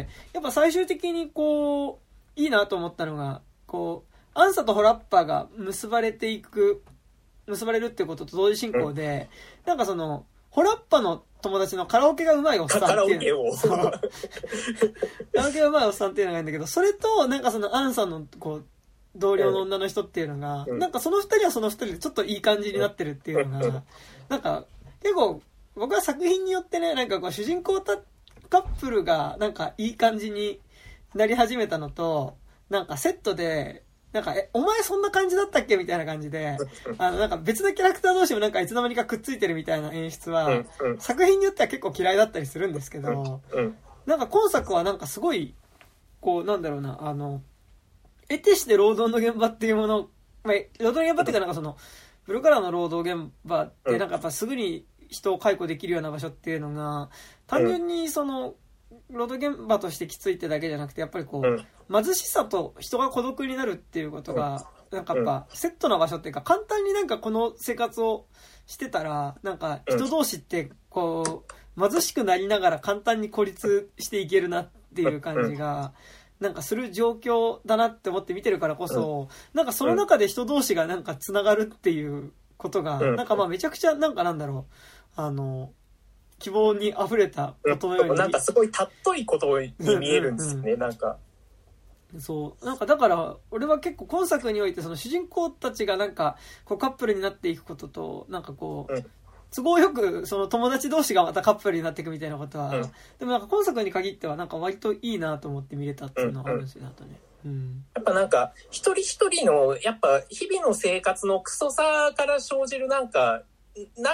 Speaker 1: やっぱ最終的にこういいなと思ったのが、こうアンサとホラッパーが結ばれるっていうことと同時進行で、なんかそのホラッパの友達のカラオケが上手いおっさんっていう。カラオケが上手いおっさんっていうのがいるんだけど、それと、なんかそのアンさんのこう、同僚の女の人っていうのが、なんかその二人はその二人でちょっといい感じになってるっていうのが、なんか結構僕は作品によってね、なんかこう主人公カップルがなんかいい感じになり始めたのと、なんかセットで、なんかお前そんな感じだったっけみたいな感じで、なんか別のキャラクター同士もなんかいつの間にかくっついてるみたいな演出は、作品によっては結構嫌いだったりするんですけど、なんか今作はなんかすごいこうなんだろうな、得てして労働の現場っていうもの、まあ、労働の現場っていうかなんかそのブルーカラーの労働現場ってなんかやっぱすぐに人を解雇できるような場所っていうのが単純にその労働現場としてきついってだけじゃなくて、やっぱりこう貧しさと人が孤独になるっていうことがなんかやっぱセットな場所っていうか、簡単になんかこの生活をしてたらなんか人同士ってこう貧しくなりながら簡単に孤立していけるなっていう感じがなんかする状況だなって思って見てるからこそ、なんかその中で人同士がなんかつながるっていうことがなんかまあめちゃくちゃなんかなんだろう、希望に溢れたことのように、
Speaker 2: なんかすごい尊いことに見えるんですよね、なんか。
Speaker 1: そうなんかだから俺は結構今作においてその主人公たちがなんかこうカップルになっていくことと、なんかこう都合よくその友達同士がまたカップルになっていくみたいなことは、でもなんか今作に限ってはなんか割といいなと思って見れたっていうのがあるんですよね、あとね。
Speaker 2: やっぱなんか一人一人のやっぱ日々の生活のクソさから生じるなんか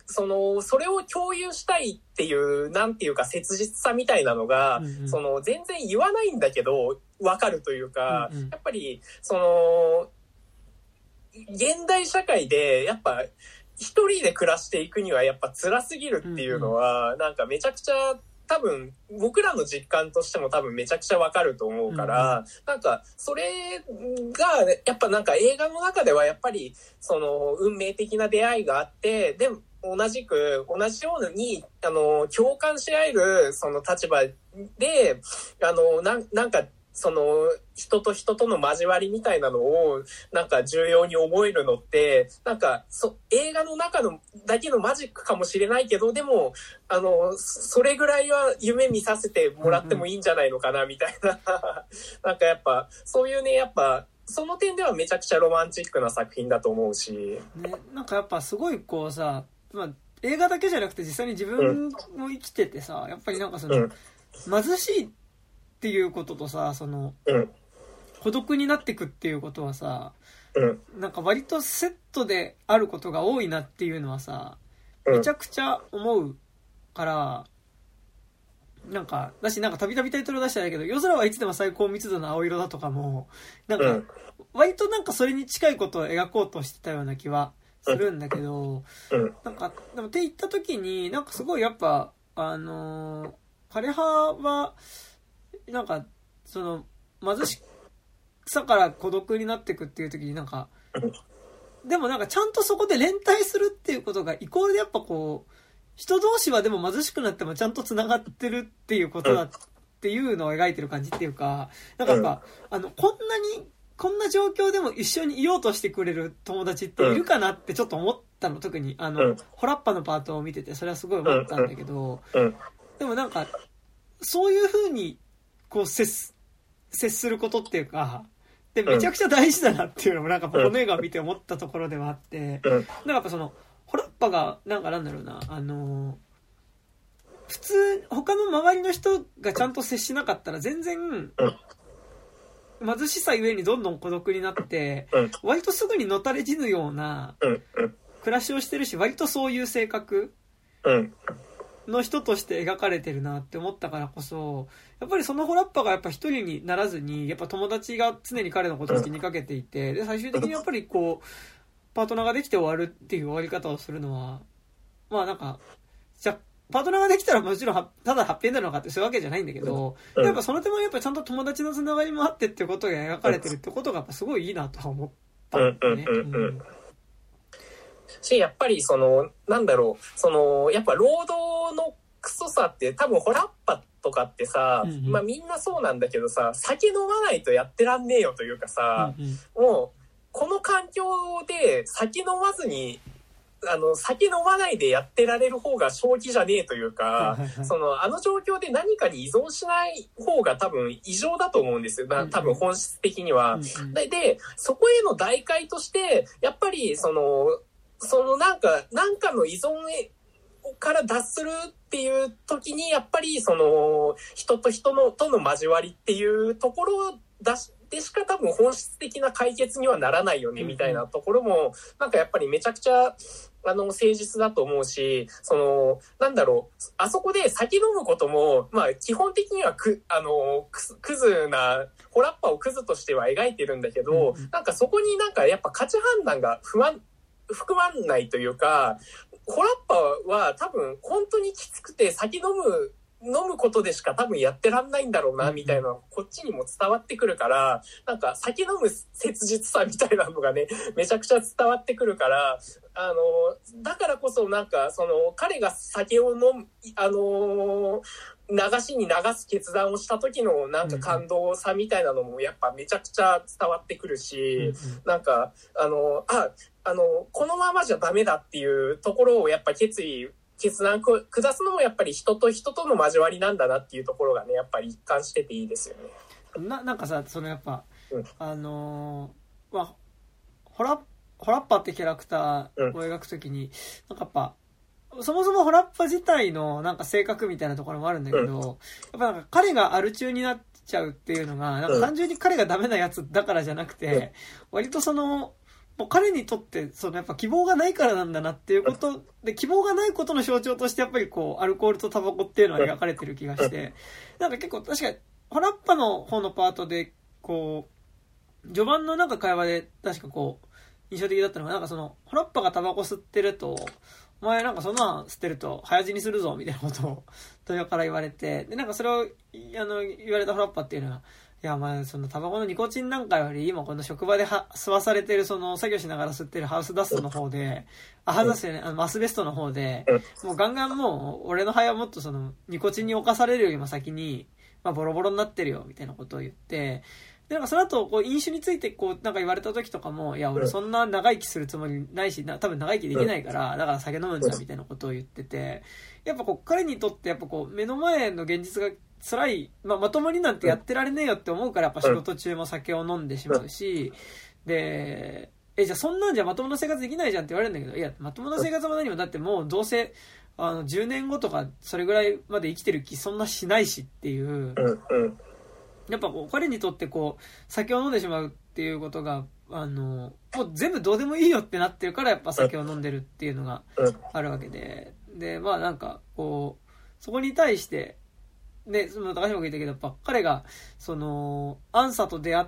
Speaker 2: それを共有したいっていう、なんていうか切実さみたいなのが、全然言わないんだけど、わかるというか、やっぱり、現代社会で、やっぱ、一人で暮らしていくにはやっぱ辛すぎるっていうのは、なんかめちゃくちゃ、多分僕らの実感としても多分めちゃくちゃわかると思うから、なんかそれがやっぱなんか映画の中ではやっぱり運命的な出会いがあって、でも同じように共感し合えるその立場でなんか人と人との交わりみたいなのをなんか重要に思えるのってなんか映画の中のだけのマジックかもしれないけど、でもそれぐらいは夢見させてもらってもいいんじゃないのかなみたいななんかやっぱそういうね、やっぱその点ではめちゃくちゃロマンチックな作品だと思うし、
Speaker 1: ね、なんかやっぱすごいこうさ、まあ、映画だけじゃなくて実際に自分も生きててさ、やっぱりなんか貧しいっていうこととさ、孤独になっていくっていうことはさ、なんか割とセットであることが多いなっていうのはさ、めちゃくちゃ思うから、なんかたびたびタイトル出してないけど、夜空はいつでも最高密度の青色だとかも、なんか割となんかそれに近いことを描こうとしてたような気はするんだけど、なんかでもって言った時になんかすごいやっぱ枯葉はなんか貧しさから孤独になっていくっていう時になんかでもなんかちゃんとそこで連帯するっていうことがイコールでやっぱこう人同士はでも貧しくなってもちゃんとつながってるっていうことだっていうのを描いてる感じっていうか、なんかやっぱこんな状況でも一緒にいようとしてくれる友達っているかなってちょっと思ったの。特にホラッパのパートを見ててそれはすごい思ったんだけど、でもなんかそういう風にこう接することっていうかでめちゃくちゃ大事だなっていうのもなんかこの映画を見て思ったところではあって、なんかやっぱホラッパがなんだろうな、普通他の周りの人がちゃんと接しなかったら全然貧しさゆえにどんどん孤独になって割とすぐにのたれ死ぬような暮らしをしてるし、割とそういう性格の人として描かれてるなって思ったからこそ、やっぱりそのホラッパがやっぱ一人にならずにやっぱ友達が常に彼のことを気にかけていて、で最終的にやっぱりこうパートナーができて終わるっていう終わり方をするのは、まあなんかじゃパートナーができたらもちろんただハッピーエンドなのかってそういうわけじゃないんだけど、やっぱその手間やっぱちゃんと友達のつながりもあってっていうことが描かれてるってことがやっぱすごいいいなとは思ったんだね。
Speaker 2: やっぱりなんだろう、やっぱ労働のクソさって多分ホラッパとかってさ、まあみんなそうなんだけどさ、酒飲まないとやってらんねえよというかさ、もうこの環境で酒飲まずに酒飲まないでやってられる方が正気じゃねえというか、状況で何かに依存しない方が多分異常だと思うんですよ。多分本質的には。で、そこへの代替として、やっぱりなんかの依存から脱するっていう時に、やっぱり人と人との交わりっていうところをでしか多分本質的な解決にはならないよねみたいなところもなんかやっぱりめちゃくちゃ誠実だと思うし、なんだろう、あそこで酒飲むこともまあ基本的にはクズなホラッパをクズとしては描いてるんだけど、なんかそこになんかやっぱ価値判断が含まんないというか、ホラッパは多分本当にきつくて酒飲むことでしか多分やってらんないんだろうなみたいな、こっちにも伝わってくるから、なんか酒飲む切実さみたいなのがねめちゃくちゃ伝わってくるから、だからこそなんか彼が酒を流しに流す決断をした時のなんか感動さみたいなのもやっぱめちゃくちゃ伝わってくるし、なんかこのままじゃダメだっていうところをやっぱ決断下すのもやっぱり人と人との交わりなんだなっていうところがねやっぱり一貫してていいですよね。
Speaker 1: なんかさやっぱ、まあホラッパってキャラクターを描くときに、なんかやっぱそもそもホラッパ自体のなんか性格みたいなところもあるんだけど、やっぱなんか彼がアル中になっちゃうっていうのがなんか単純に彼がダメなやつだからじゃなくて、割ともう彼にとってそのやっぱ希望がないからなんだなっていうことで、希望がないことの象徴としてやっぱりこうアルコールとタバコっていうのは描かれてる気がして、なんか結構確かにホラッパの方のパートでこう序盤のなんか会話で確かこう印象的だったのが、なんかそのホラッパがタバコ吸ってると、お前なんかそんなん吸ってると早死にするぞみたいなことを豊から言われて、でなんかそれを言われたホラッパっていうのは、いや、まあ、そのタバコのニコチンなんかより、今この職場で吸わされてる、その作業しながら吸ってるハウスダストの方で、ハウスダストね、アスベストの方で、もうガンガンもう、俺の肺はもっとその、ニコチンに侵されるよりも先に、まあ、ボロボロになってるよ、みたいなことを言って、で、なんかその後、こう、飲酒についてこう、なんか言われた時とかも、いや、俺そんな長生きするつもりないし、多分長生きできないから、だから酒飲むんだ、みたいなことを言ってて、やっぱこう、彼にとってやっぱこう、目の前の現実が、辛い、まともになんてやってられねえよって思うからやっぱ仕事中も酒を飲んでしまうし、で、じゃあそんなんじゃまともな生活できないじゃんって言われるんだけど、いや、まともな生活も何もだってもうどうせ、10年後とかそれぐらいまで生きてる気そんなしないしっていう、やっぱこう彼にとってこう、酒を飲んでしまうっていうことが、もう全部どうでもいいよってなってるからやっぱ酒を飲んでるっていうのがあるわけで、で、まあなんかこう、そこに対して、で、その高島が言ったけど、やっぱ彼が、その、アンサと出会って、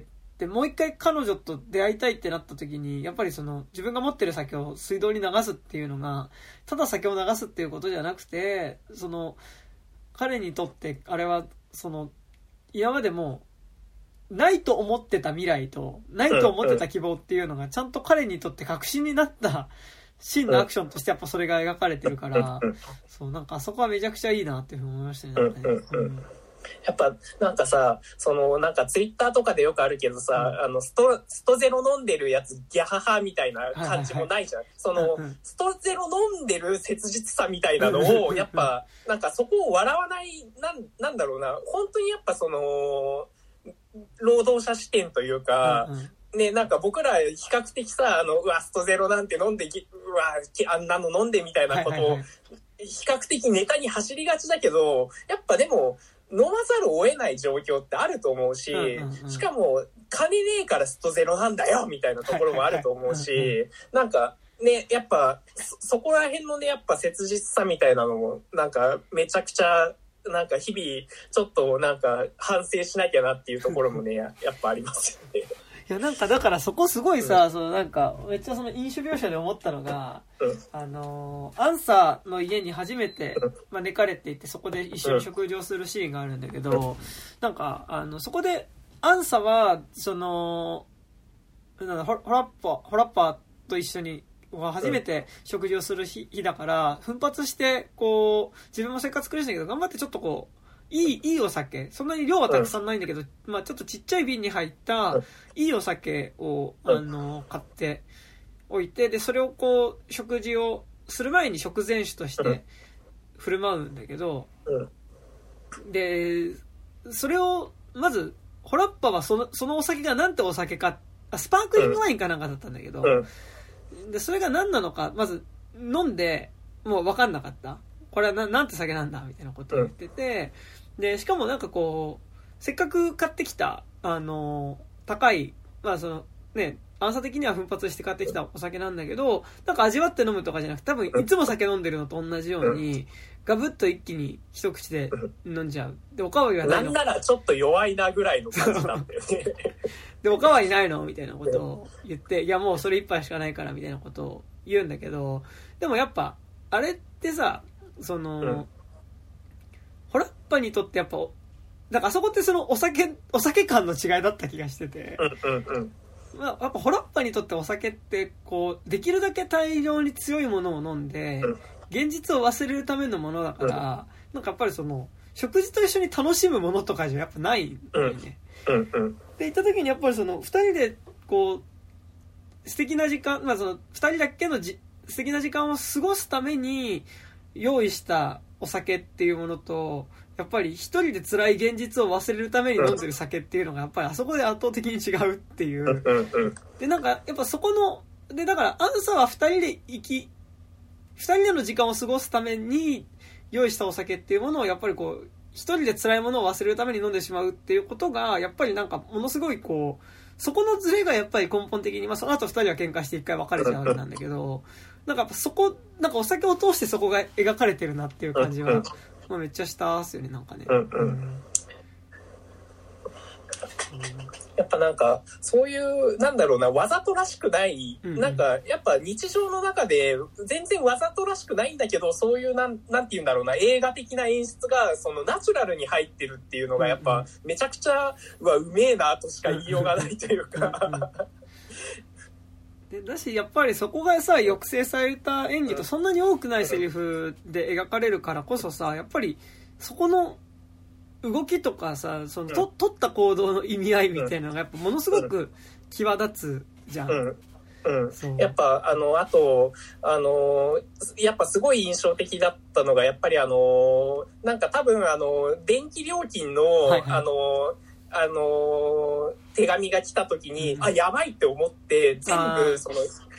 Speaker 1: で、もう一回彼女と出会いたいってなった時に、やっぱりその、自分が持ってる酒を水道に流すっていうのが、ただ酒を流すっていうことじゃなくて、その、彼にとって、あれは、その、今までも、ないと思ってた未来と、ないと思ってた希望っていうのが、ちゃんと彼にとって確信になった、真のアクションとしてやっぱそれが描かれてるから、そう、なんかあそこはめちゃくちゃいいなっていうふうに思いましたね。
Speaker 2: やっぱなんかさ、そのなんかツイッターとかでよくあるけどさ、ストゼロ飲んでるやつギャハハみたいな感じもないじゃん。そのストゼロ飲んでる切実さみたいなのをやっぱなんかそこを笑わない、なんだろうな、本当にやっぱその労働者視点というか、ね、なんか僕ら比較的さ、うわ、ストゼロなんて飲んであんなの飲んでみたいなことを、比較的ネタに走りがちだけど、やっぱでも、飲まざるを得ない状況ってあると思うし、しかも、金ねえからストゼロなんだよみたいなところもあると思うし、なんか、ね、やっぱ、そこら辺のね、やっぱ切実さみたいなのも、なんか、めちゃくちゃ、なんか日々、ちょっとなんか、反省しなきゃなっていうところもね、やっぱありますよね。
Speaker 1: いや、なんかだからそこすごいさ、そのなんか、めっちゃその飲酒描写で思ったのが、アンサーの家に初めて招かれていて、そこで一緒に食事をするシーンがあるんだけど、なんか、そこで、アンサーは、その、ホラッパーと一緒に、初めて食事をする日だから、奮発して、こう、自分も生活苦しいんだけど、頑張ってちょっとこう、いいお酒、そんなに量はたくさんないんだけど、まあちょっとちっちゃい瓶に入ったいいお酒を買っておいて、でそれをこう食事をする前に食前酒として振る舞うんだけど、でそれをまずホラッパはそのお酒がなんてお酒か、スパークリングワインかなんかだったんだけど、でそれが何なのかまず飲んでもう分かんなかった。これはなんて酒なんだみたいなことを言ってて、でしかもなんかこうせっかく買ってきた高い、まあそのね、アンサー的には奮発して買ってきたお酒なんだけど、なんか味わって飲むとかじゃなくて、多分いつも酒飲んでるのと同じようにガブッと一気に一口で飲んじゃう。でおかわりはないの、
Speaker 2: なんならちょっと弱いなぐらいの感じなんだよね。
Speaker 1: でおかわりないのみたいなことを言って、いやもうそれ一杯しかないからみたいなことを言うんだけど、でもやっぱあれってさ、その、ホラッパにとってやっぱだからあそこってそのお酒感の違いだった気がしてて、まあ、やっぱホラッパにとってお酒ってこうできるだけ大量に強いものを飲んで現実を忘れるためのものだから、なんかやっぱりその食事と一緒に楽しむものとかじゃやっぱないんだよね。で行った時にやっぱりその2人でこう素敵な時間、まあその2人だけの素敵な時間を過ごすために用意したお酒っていうものと、やっぱり一人で辛い現実を忘れるために飲んでる酒っていうのがやっぱりあそこで圧倒的に違うっていう。でなんかやっぱそこのでだからアンサーは二人での時間を過ごすために用意したお酒っていうものをやっぱりこう一人で辛いものを忘れるために飲んでしまうっていうことがやっぱりなんかものすごいこうそこのズレがやっぱり根本的に、まあその後二人は喧嘩して一回別れちゃうわけなんだけど、なんかやっぱそこ、なんかお酒を通してそこが描かれてるなっていう感じは、まあ、めっちゃしたっすよね、なんかね。
Speaker 2: やっぱなんかそういうなんだろうな、わざとらしくない、なんかやっぱ日常の中で全然わざとらしくないんだけど、そういうなんて言うんだろうな、映画的な演出がそのナチュラルに入ってるっていうのがやっぱめちゃくちゃうめえなとしか言いようがないというか
Speaker 1: でだしやっぱりそこがさ、抑制された演技とそんなに多くないセリフで描かれるからこそさ、やっぱりそこの動きとかさ、その取った行動の意味合いみたいなのがやっぱものすごく際立つじゃん。
Speaker 2: やっぱあとやっぱすごい印象的だったのがやっぱりなんか多分電気料金の、手紙が来た時に、やばいって思って全部その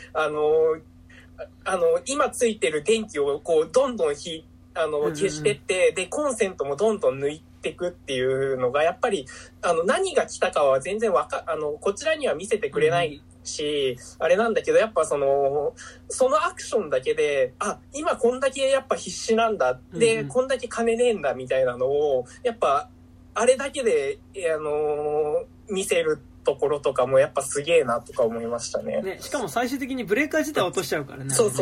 Speaker 2: 今ついてる電気をこうどんどん消してって、でコンセントもどんどん抜いていくっていうのがやっぱり何が来たかは全然こちらには見せてくれないし、あれなんだけどやっぱそのアクションだけで今こんだけやっぱ必死なんだ、でこんだけ金ねえんだみたいなのをやっぱあれだけで見せるところとかもやっぱすげえなとか思いましたね。
Speaker 1: しかも最終的にブレーカー自体落としちゃうからね。
Speaker 2: そう、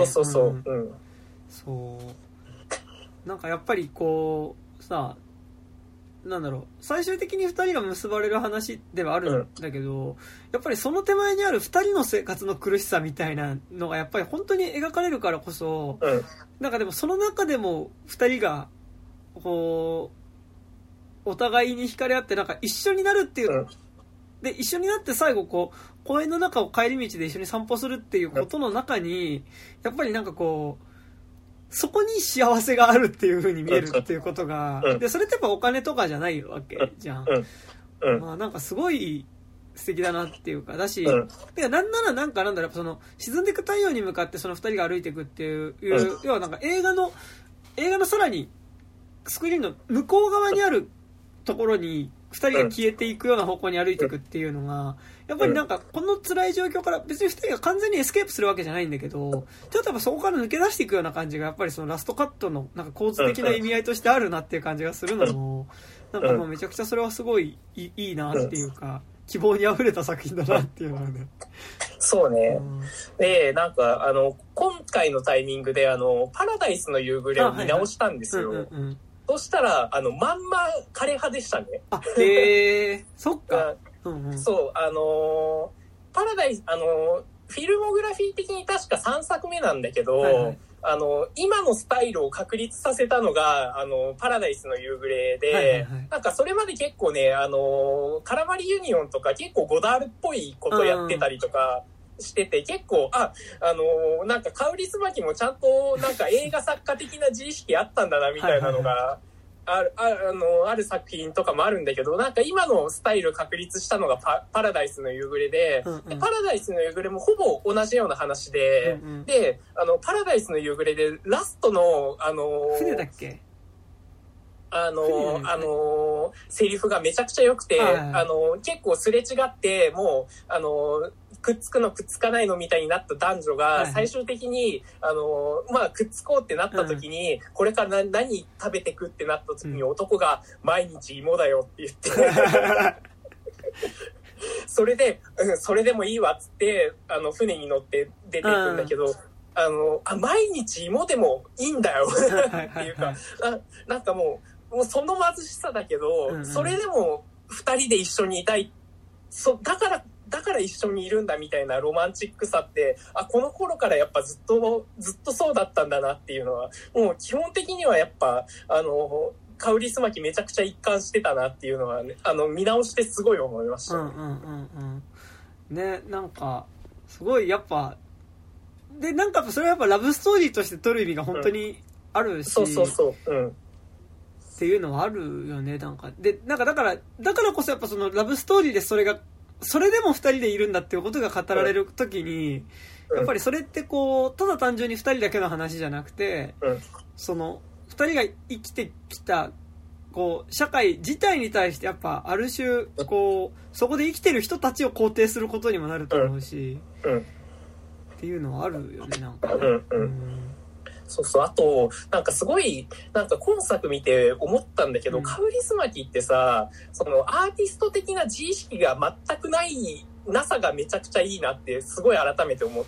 Speaker 1: そうなんかやっぱりこうさ、なんだろう、最終的に2人が結ばれる話ではあるんだけど、やっぱりその手前にある2人の生活の苦しさみたいなのがやっぱり本当に描かれるからこそ、なんかでもその中でも2人がこうお互いに惹かれ合ってなんか一緒になるっていう、で一緒になって最後こう公園の中を帰り道で一緒に散歩するっていうことの中にやっぱりなんかこうそこに幸せがあるっていう風に見えるっていうことが、でそれってやっぱお金とかじゃないわけじゃん。まあなんかすごい素敵だなっていうかだし、なんならなんかなんだろう、その沈んでいく太陽に向かってその二人が歩いていくっていう、要はなんか映画のさらにスクリーンの向こう側にあるところに二人が消えていくような方向に歩いていくっていうのがやっぱりなんかこの辛い状況から別に二人が完全にエスケープするわけじゃないんだけど、ちょっとやっぱそこから抜け出していくような感じがやっぱりそのラストカットのなんか構図的な意味合いとしてあるなっていう感じがするのも、なんかもうめちゃくちゃそれはすごいいいなっていうか、希望にあふれた作品だなっていうのはね。
Speaker 2: そうね。でなんか今回のタイミングでパラダイスの夕暮れを見直したんですよ。そしたらまんま枯れ葉でしたね。
Speaker 1: そっか。
Speaker 2: そうパラダイスフィルモグラフィー的に確か3作目なんだけど、今のスタイルを確立させたのがパラダイスの夕暮れで、なんかそれまで結構ねカラマリユニオンとか結構ゴダールっぽいことやってたりとかしてて、結構なんかカウリスマキもちゃんとなんか映画作家的な自意識あったんだなみたいなのがある作品とかもあるんだけど、なんか今のスタイル確立したのがパラダイスの夕暮れで、でパラダイスの夕暮れもほぼ同じような話で、でパラダイスの夕暮れでラストの
Speaker 1: 船だっけ、
Speaker 2: セリフがめちゃくちゃ良くて、結構すれ違ってもうくっつくのくっつかないのみたいになった男女が最終的に、くっつこうってなった時に、これから何食べてくってなった時に男が毎日芋だよって言ってそれで、それでもいいわっつって船に乗って出てくんだけど、毎日芋でもいいんだよっていうか、なんかもうその貧しさだけど、それでも2人で一緒にいたい、だから一緒にいるんだみたいなロマンチックさって、この頃からやっぱずっとそうだったんだなっていうのは、もう基本的にはやっぱカウリスマキめちゃくちゃ一貫してたなっていうのは、ね、見直してすごい思いました
Speaker 1: ね。なんかすごいやっぱで、なんかそれはやっぱラブストーリーとして撮る意味が本当にあるし、っていうのはあるよね。なんかで、なんかだからこそやっぱそのラブストーリーでそれでも2人でいるんだっていうことが語られる時に、やっぱりそれってこうただ単純に2人だけの話じゃなくて、その2人が生きてきたこう社会自体に対してやっぱある種こうそこで生きてる人たちを肯定することにもなると思うし、っていうのはあるよね、なんかね。
Speaker 2: そうそう。あとなんかすごいなんか今作見て思ったんだけど、カウリスマキってさ、そのアーティスト的な自意識が全くないなさがめちゃくちゃいいなってすごい改めて思って、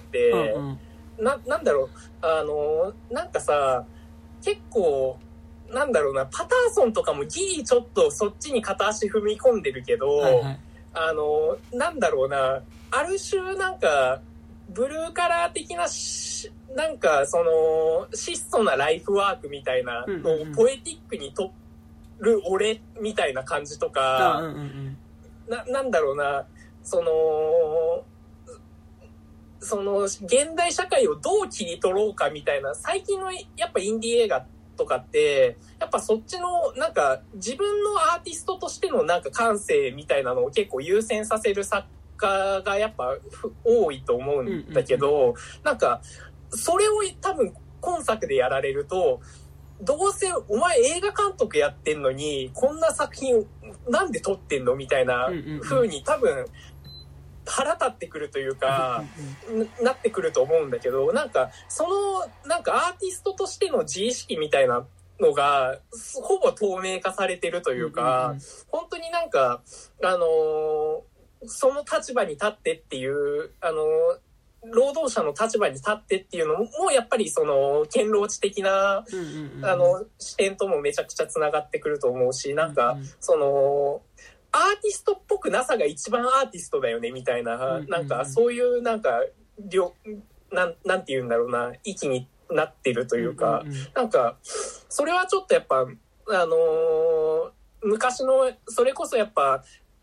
Speaker 2: なんだろう、なんかさ、結構なんだろうな、パターソンとかもギリちょっとそっちに片足踏み込んでるけど、なんだろうな、ある種なんかブルーカラー的ななんかその質素なライフワークみたいなのをポエティックに撮る俺みたいな感じとか、なんだろうな、その現代社会をどう切り取ろうかみたいな、最近のやっぱインディー映画とかってやっぱそっちのなんか自分のアーティストとしてのなんか感性みたいなのを結構優先させる作家がやっぱ多いと思うんだけど、なんかそれを多分今作でやられると、どうせお前映画監督やってんのにこんな作品なんで撮ってんのみたいな風に多分腹立ってくるというかなってくると思うんだけど、なんかそのなんかアーティストとしての自意識みたいなのがほぼ透明化されてるというか、本当になんかその立場に立ってっていう労働者の立場に立ってっていうのもやっぱりその堅牢地的な視点ともめちゃくちゃつながってくると思うし、なんかそのアーティストっぽくなさが一番アーティストだよねみたいな、なんかそういうなんかなんて言うんだろうな、域になってるというか、なんかそれはちょっとやっぱ昔のそれこそやっぱ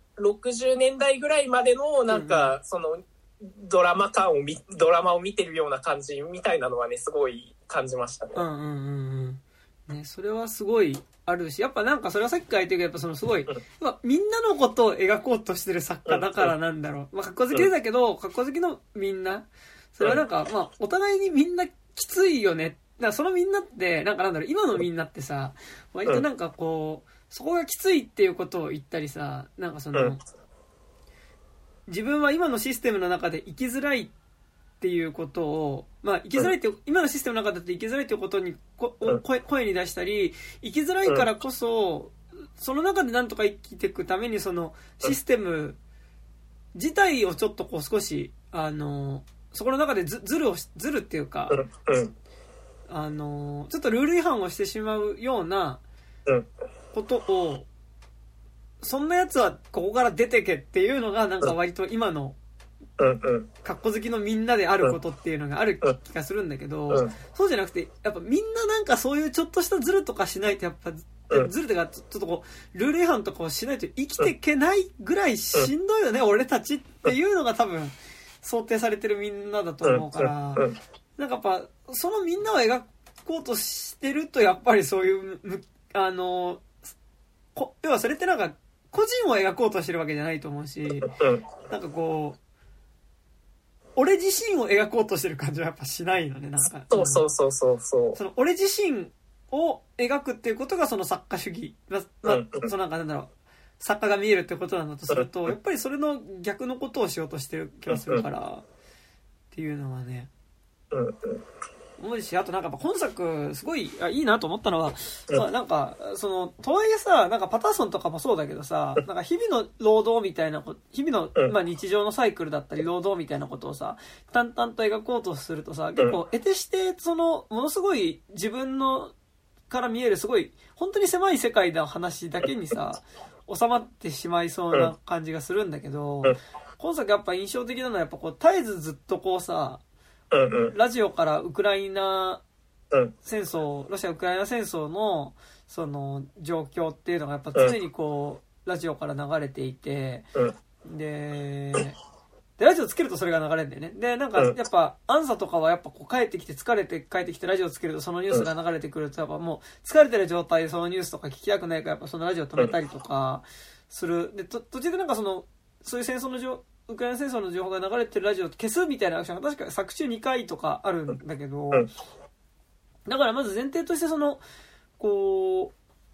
Speaker 2: 60年代ぐらいまでのなんかそのドラマを見てるような感じみたいなのはねすごい感じましたね。
Speaker 1: ね、それはすごいあるし、やっぱなんかそれはさっきから言ってるけど、やっぱそのすごい、みんなのことを描こうとしてる作家だからなんだろう。かっこ好きだけど、かっこ好きのみんな、それはなんか、お互いにみんなきついよね。だからそのみんなって、なんかなんだろう、今のみんなってさ、割となんかこう、そこがきついっていうことを言ったりさ、なんかその、自分は今のシステムの中で生きづらいっていうことを、生きづらいって、今のシステムの中だって生きづらいっていうことに声に出したり、生きづらいからこそ、その中でなんとか生きていくためにそのシステム自体をちょっとこう少し、そこの中でずるっていうか、ちょっとルール違反をしてしまうようなことを、そんなやつはここから出てけっていうのがなんか割と今のかっこ好きのみんなであることっていうのがある気がするんだけど、そうじゃなくてやっぱみんななんかそういうちょっとしたズルとかしないとやっぱズルとかちょっとこうルール違反とかをしないと生きていけないぐらいしんどいよね俺たちっていうのが多分想定されてるみんなだと思うから、なんかやっぱそのみんなを描こうとしてるとやっぱりそういう要はそれってなんか個人を描こうとしてるわけじゃないと思うし、なんかこう俺自身を描こうとしてる感じはやっぱしないのね、なんか。
Speaker 2: そう。そ
Speaker 1: の俺自身を描くっていうことがその作家主義、そのなんかなんだろう、作家が見えるってことなんだとすると、やっぱりそれの逆のことをしようとしてる気がするから、っていうのはね。思うし、あとなんか今作すごいいいなと思ったのは、なんかそのとはいえさ、なんかパターソンとかもそうだけどさ、なんか日々の労働みたいな日々の日常のサイクルだったり労働みたいなことをさ淡々と描こうとするとさ、結構得てしてそのものすごい自分のから見えるすごい本当に狭い世界の話だけにさ収まってしまいそうな感じがするんだけど、今作やっぱ印象的なのはやっぱこう絶えずずっとこうさ、ラジオからウクライナ戦争、ロシアウクライナ戦争のその状況っていうのがやっぱ常にこうラジオから流れていて、でラジオつけるとそれが流れるんだよね。でなんかやっぱアンサとかはやっぱこう帰ってきて疲れて帰ってきてラジオつけるとそのニュースが流れてくるとやっぱもう疲れてる状態でそのニュースとか聞きたくないからやっぱそのラジオ止めたりとかする。で途中でなんかそういう戦争のウクライナ戦争の情報が流れてるラジオを消すみたいなアクションが確か作中2回とかあるんだけど、だからまず前提としてそのこう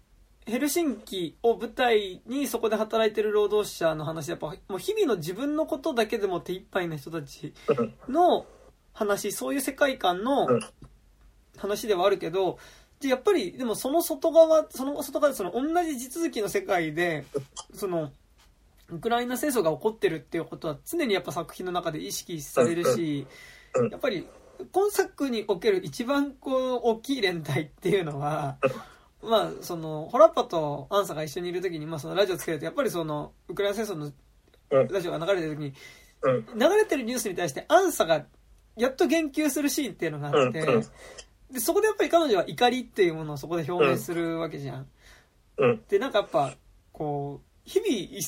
Speaker 1: ヘルシンキを舞台にそこで働いてる労働者の話、やっぱもう日々の自分のことだけでも手一杯な人たちの話、そういう世界観の話ではあるけど、やっぱりでもその外側でその同じ地続きの世界でそのウクライナ戦争が起こってるっていうことは常にやっぱ作品の中で意識されるし、やっぱり今作における一番こう大きい連帯っていうのは、まあそのホラッパとアンサが一緒にいる時に、まあそのラジオつけるとやっぱりそのウクライナ戦争のラジオが流れてる時に、流れてるニュースに対してアンサがやっと言及するシーンっていうのがあって、でそこでやっぱり彼女は怒りっていうものをそこで表明するわけじゃん。でなんかやっぱこう日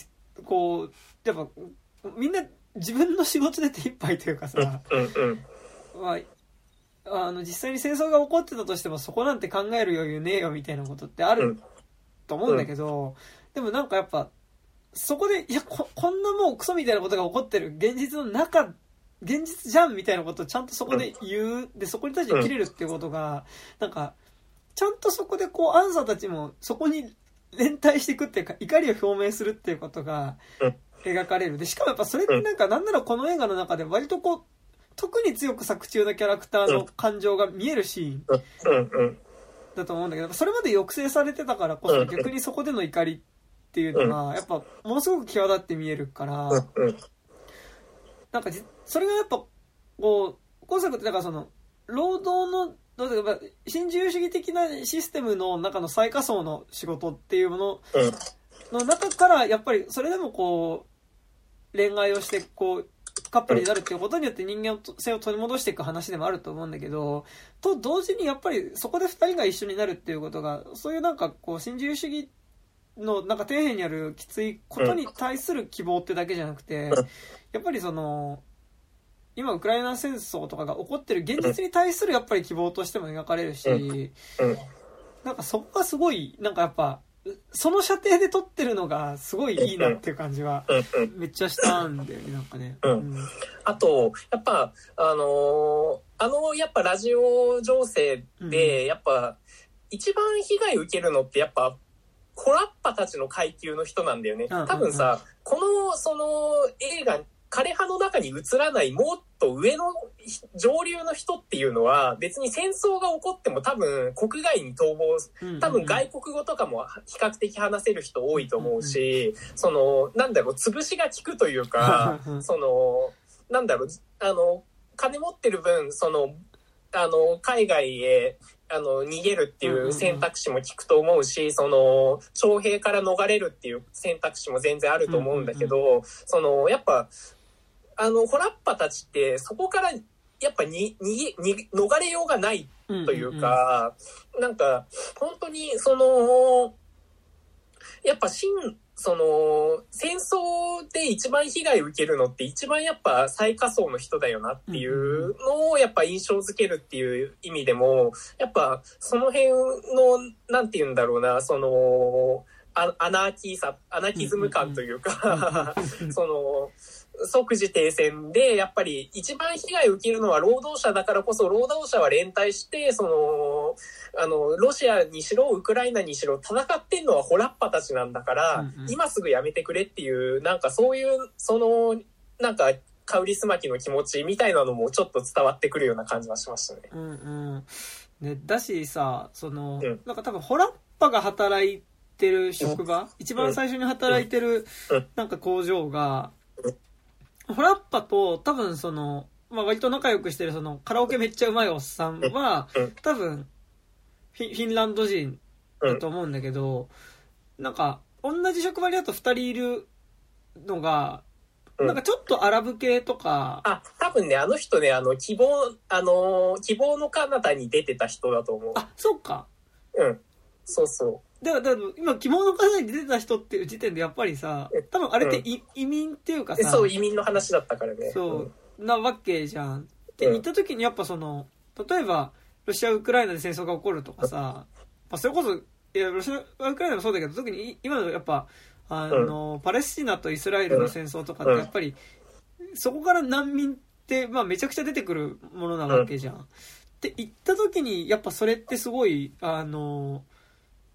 Speaker 1: 々こうやっぱみんな自分の仕事で手一杯というかさ、まあ、実際に戦争が起こってたとしてもそこなんて考える余裕ねえよみたいなことってあると思うんだけど、でもなんかやっぱそこでいや こんなもうクソみたいなことが起こってる現実の中、現実じゃんみたいなことをちゃんとそこで言う、でそこに対して切れるっていうことがなんかちゃんとそこでこうアンサーたちもそこに連帯していくっていうか怒りを表明するっていうことが描かれる。でしかもやっぱそれってなんかなんならこの映画の中で割とこう特に強く作中のキャラクターの感情が見えるシーンだと思うんだけど、それまで抑制されてたからこそ逆にそこでの怒りっていうのがやっぱものすごく際立って見えるから、なんかそれがやっぱこう今作ってだからその労働のどういうか新自由主義的なシステムの中の最下層の仕事っていうものの中からやっぱりそれでもこう恋愛をしてこうカップルになるっていうことによって人間性を取り戻していく話でもあると思うんだけど、と同時にやっぱりそこで2人が一緒になるっていうことがそういうなんかこう新自由主義のなんか底辺にあるきついことに対する希望ってだけじゃなくて、やっぱりその今ウクライナ戦争とかが起こってる現実に対するやっぱり希望としても描かれるし、なんかそこがすごいなんかやっぱその射程で撮ってるのがすごいいいなっていう感じはめっちゃしたんだよね、なんかね。
Speaker 2: あとやっぱやっぱラジオ情勢でやっぱ一番被害を受けるのってやっぱコラッパたちの階級の人なんだよね。多分さ、このその映画枯葉の中に映らないもっと上の上流の人っていうのは別に戦争が起こっても多分国外に逃亡、多分外国語とかも比較的話せる人多いと思うし、そのなんだろう潰しが効くというかそのなんだろう金持ってる分その海外へ逃げるっていう選択肢も聞くと思うし、その徴兵から逃れるっていう選択肢も全然あると思うんだけど、そのやっぱホラッパたちってそこからやっぱ逃れようがないというか、なんか本当にそのやっぱその戦争で一番被害を受けるのって一番やっぱ最下層の人だよなっていうのをやっぱ印象づけるっていう意味でもやっぱその辺のなんて言うんだろうな、そのアナーキズム感というかその即時停戦でやっぱり一番被害を受けるのは労働者だからこそ労働者は連帯してそのロシアにしろウクライナにしろ戦ってんのはホラッパたちなんだから、今すぐやめてくれっていうなんかそういうそのなんかカウリスマキの気持ちみたいなのもちょっと伝わってくるような感じはしましたね。
Speaker 1: ね、だしさその、なんか多分ホラッパが働いてる職場、一番最初に働いてるなんか工場がホラッパと多分その、まあ、割と仲良くしてるそのカラオケめっちゃうまいおっさんは多分フィンランド人だと思うんだけど、なんか同じ職場にあと2人いるのがなんかちょっとアラブ系とか、
Speaker 2: 多分ねあの人ね希望の彼方に出てた人だと思う。
Speaker 1: そうか。
Speaker 2: そうそう。
Speaker 1: だから今希望の彼方に出てた人っていう時点でやっぱりさ、多分あれって移民っていうかさ、
Speaker 2: そう移民の話だったからね。
Speaker 1: そうなわけじゃん。って言った時にやっぱその例えばロシアウクライナで戦争が起こるとかさ、まあ、それこそいやロシアウクライナもそうだけど特に今のやっぱパレスチナとイスラエルの戦争とかってやっぱりそこから難民ってまあめちゃくちゃ出てくるものなわけじゃん。って言った時にやっぱそれってすごい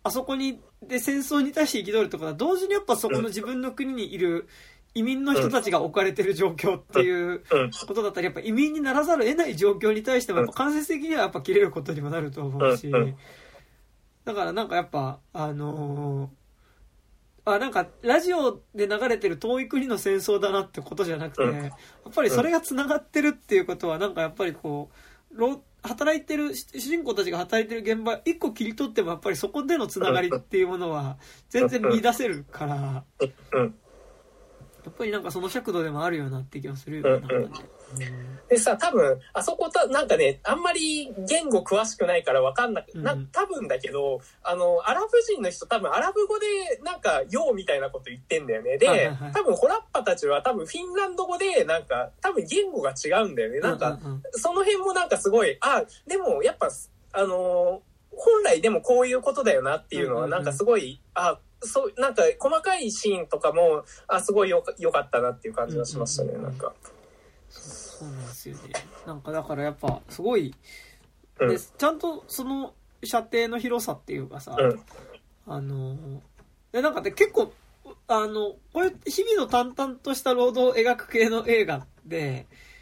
Speaker 1: あそこに、で戦争に対して憤るとか、同時にやっぱそこの自分の国にいる移民の人たちが置かれてる状況っていうことだったり、やっぱ移民にならざるを得ない状況に対しても、やっぱ間接的にはやっぱ切れることにもなると思うし、だからなんかやっぱ、なんかラジオで流れてる遠い国の戦争だなってことじゃなくて、やっぱりそれが繋がってるっていうことは、なんかやっぱりこう、働いてる、主人公たちが働いてる現場、一個切り取ってもやっぱりそこでの繋がりっていうものは全然見出せるから、やっぱりなんかその尺度でもあるよなって気がするよね。なんかね。
Speaker 2: でさ、多分あそこなんかね、あんまり言語詳しくないから分かんなく、多分だけど、アラブ人の人多分アラブ語でなんかようみたいなこと言ってんだよね。で、多分ホラッパたちは多分フィンランド語でなんか多分言語が違うんだよね。なんかその辺もなんかすごい、でもやっぱ本来でもこういうことだよなっていうのはなんかすごい、そうなんか細かいシーンとかもすごいよかったなっていう感じがしましたね。なんか
Speaker 1: そうなんですよね。なんかだからやっぱすごい、でちゃんとその射程の広さっていうかさ、でなんかね結構こういう日々の淡々とした労働を描く系の映画で、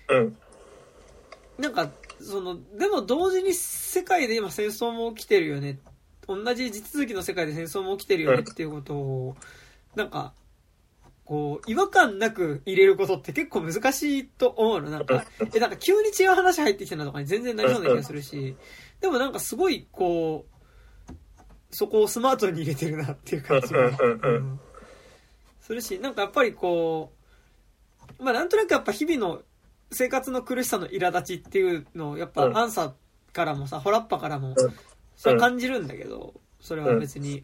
Speaker 1: なんかでも同時に世界で今戦争も起きてるよね、同じ地続きの世界で戦争も起きてるよねっていうことをなんかこう違和感なく入れることって結構難しいと思うの。なんか急に違う話入ってきたのとかに全然なりそうな気がするし、でもなんかすごいこうそこをスマートに入れてるなっていう感じがするし、なんかやっぱりこうなんとなくやっぱ日々の生活の苦しさの苛立ちっていうのをやっぱアンサーからもさ、ホラッパからもそれ感じるんだけど、それは別に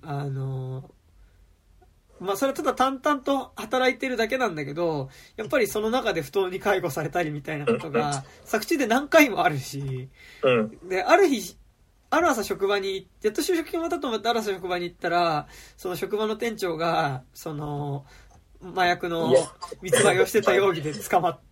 Speaker 1: それはただ淡々と働いてるだけなんだけど、やっぱりその中で不当に介護されたりみたいなことが作中で何回もあるし、である朝職場にやっと就職決まったと思ってある朝職場に行ったら、その職場の店長がその麻薬の密売をしてた容疑で捕まって、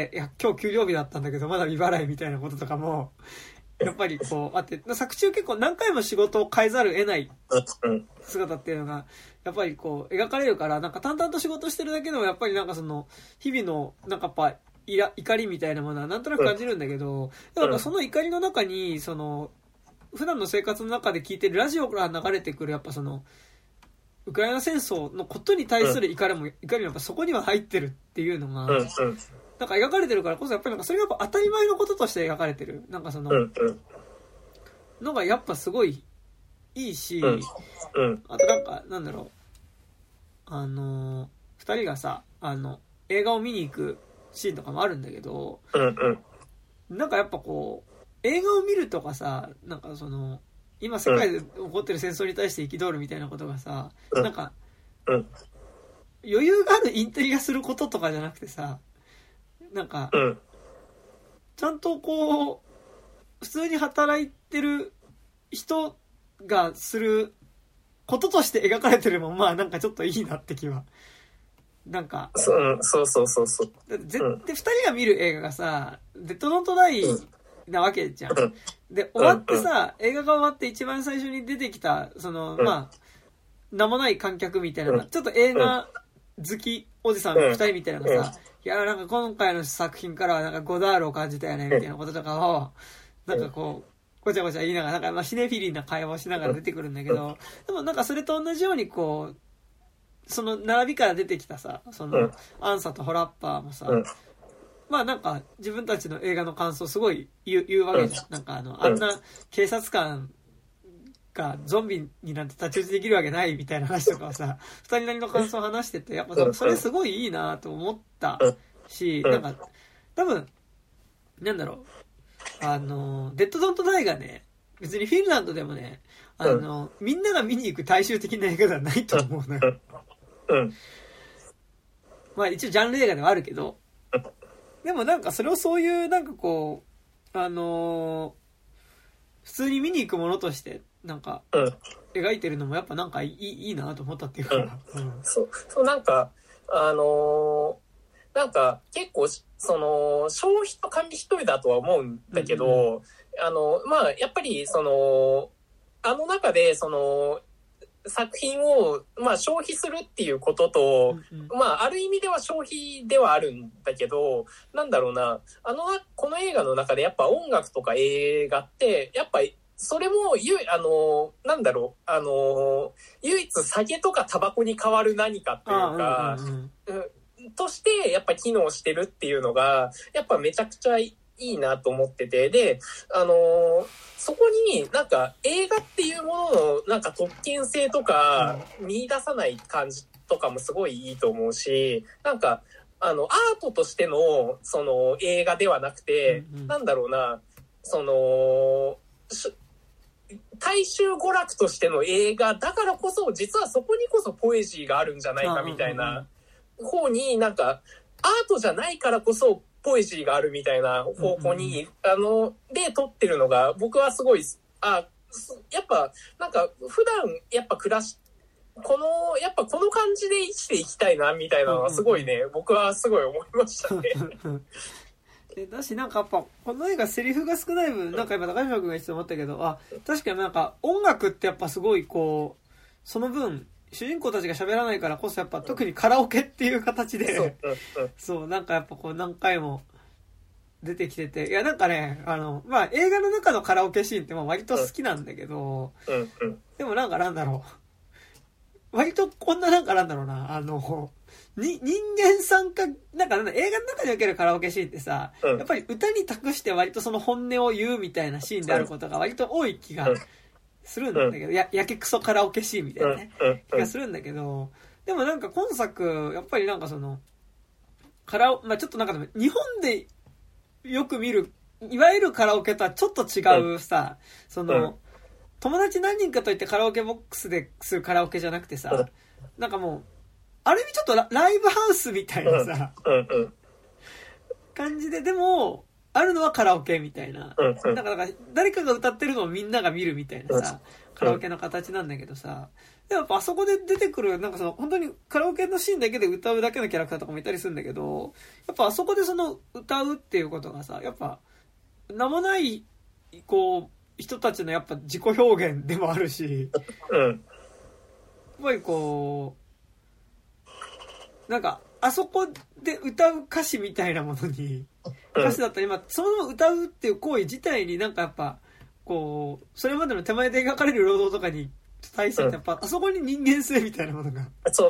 Speaker 1: いや今日給料日だったんだけどまだ未払いみたいなこととかもやっぱりこうあって、作中結構何回も仕事を変えざるを得ない姿っていうのがやっぱりこう描かれるから、なんか淡々と仕事してるだけでもやっぱりなんかその日々のなんかやっぱ怒りみたいなものはなんとなく感じるんだけど、だからその怒りの中にその普段の生活の中で聞いてるラジオから流れてくるやっぱそのウクライナ戦争のことに対する怒りもやっぱそこには入ってるっていうのがなんか描かれてるからこそ、やっぱりなんかそれがやっぱ当たり前のこととして描かれてるなんかそののがやっぱすごいいいし、あとなんかなんだろう、2人がさ映画を見に行くシーンとかもあるんだけど、なんかやっぱこう映画を見るとかさ、なんかその今世界で起こってる戦争に対して憤るみたいなことがさ、なんか余裕があるインテリがすることとかじゃなくてさ、なんかちゃんとこう普通に働いてる人がすることとして描かれてるもなんかちょっといいなって気はなんか
Speaker 2: そう
Speaker 1: だって2人が見る映画がさデッドノートダイなわけじゃん。で終わってさ、映画が終わって一番最初に出てきたその名もない観客みたいな、ちょっと映画好きおじさん2人みたいなのがさ、いやなんか今回の作品からはなんかゴダールを感じたよねみたいなこととかをなんかこうごちゃごちゃ言いながらなんかシネフィリーな会話をしながら出てくるんだけど、でもなんかそれと同じようにこうその並びから出てきたさ、そのアンサとホラッパーもさ、なんか自分たちの映画の感想すごい言うわけじゃん。なんかあんな警察官がゾンビになんて太刀打ちできるわけないみたいな話とかをさ、二人なりの感想を話してて、やっぱそれすごいいいなと思ったし、なんか多分なんだろう、デッドドントダイがね、別にフィンランドでもね、みんなが見に行く大衆的な映画ではないと思うのよ。一応ジャンル映画ではあるけど、でもなんかそれをそういうなんかこう普通に見に行くものとしてなんか描いてるのもやっぱなんかいいなと思ったっていうか、
Speaker 2: そうなんかなんか結構その消費と管理一人だとは思うんだけど、やっぱりその中でその作品を、まあ、消費するっていうことと、まあ、ある意味では消費ではあるんだけど、なんだろうな、この映画の中でやっぱ音楽とか映画って、やっぱり、それも、なんだろう、唯一酒とかタバコに変わる何かっていうか、として、やっぱ機能してるっていうのが、やっぱめちゃくちゃいいなと思ってて、で、そこになんか映画っていうもののなんか特権性とか見出さない感じとかもすごいいいと思うし、なんかアートとしてのその映画ではなくて、なんだろうな、その大衆娯楽としての映画だからこそ、実はそこにこそポエジーがあるんじゃないかみたいな方に、なんかアートじゃないからこそポエジーがあるみたいな方向に、で撮ってるのが僕はすごい、やっぱなんか普段やっぱやっぱこの感じで生きていきたいなみたいなのはすごいね、僕はすごい思いましたね。
Speaker 1: だしなんかやっぱこの映画セリフが少ない分、なんか今高島君が言って思ったけど、確かになんか音楽ってやっぱすごいこう、その分主人公たちが喋らないからこそやっぱ特にカラオケっていう形でそうなんかやっぱこう何回も出てきてて、いやなんかね、まあ映画の中のカラオケシーンってまあ割と好きなんだけど、でもなんかなんだろう、割とこんななんかなんだろうな、人間参加、なんか映画の中におけるカラオケシーンってさ、やっぱり歌に託して割とその本音を言うみたいなシーンであることが割と多い気がするんだけど、やけくそカラオケシーンみたいなね、気がするんだけど、でもなんか今作、やっぱりなんかその、まあちょっとなんか日本でよく見る、いわゆるカラオケとはちょっと違うさ、その、友達何人かといってカラオケボックスでするカラオケじゃなくてさ、なんかもう、ある意味ちょっとライブハウスみたいなさ、感じで、でも、あるのはカラオケみたいな。だから誰かが歌ってるのをみんなが見るみたいなさ、カラオケの形なんだけどさ、でもやっぱあそこで出てくる、なんかその本当にカラオケのシーンだけで歌うだけのキャラクターとかもいたりするんだけど、やっぱあそこでその歌うっていうことがさ、やっぱ名もない、こう、人たちのやっぱ自己表現でもあるし、やっぱりこう、なんか、あそこで歌う歌詞みたいなものに、歌詞だったら今、そのまま歌うっていう行為自体になんかやっぱ、こう、それまでの手前で描かれる労働とかに対してやっぱ、あそこに人間性みたいなものが。
Speaker 2: そう。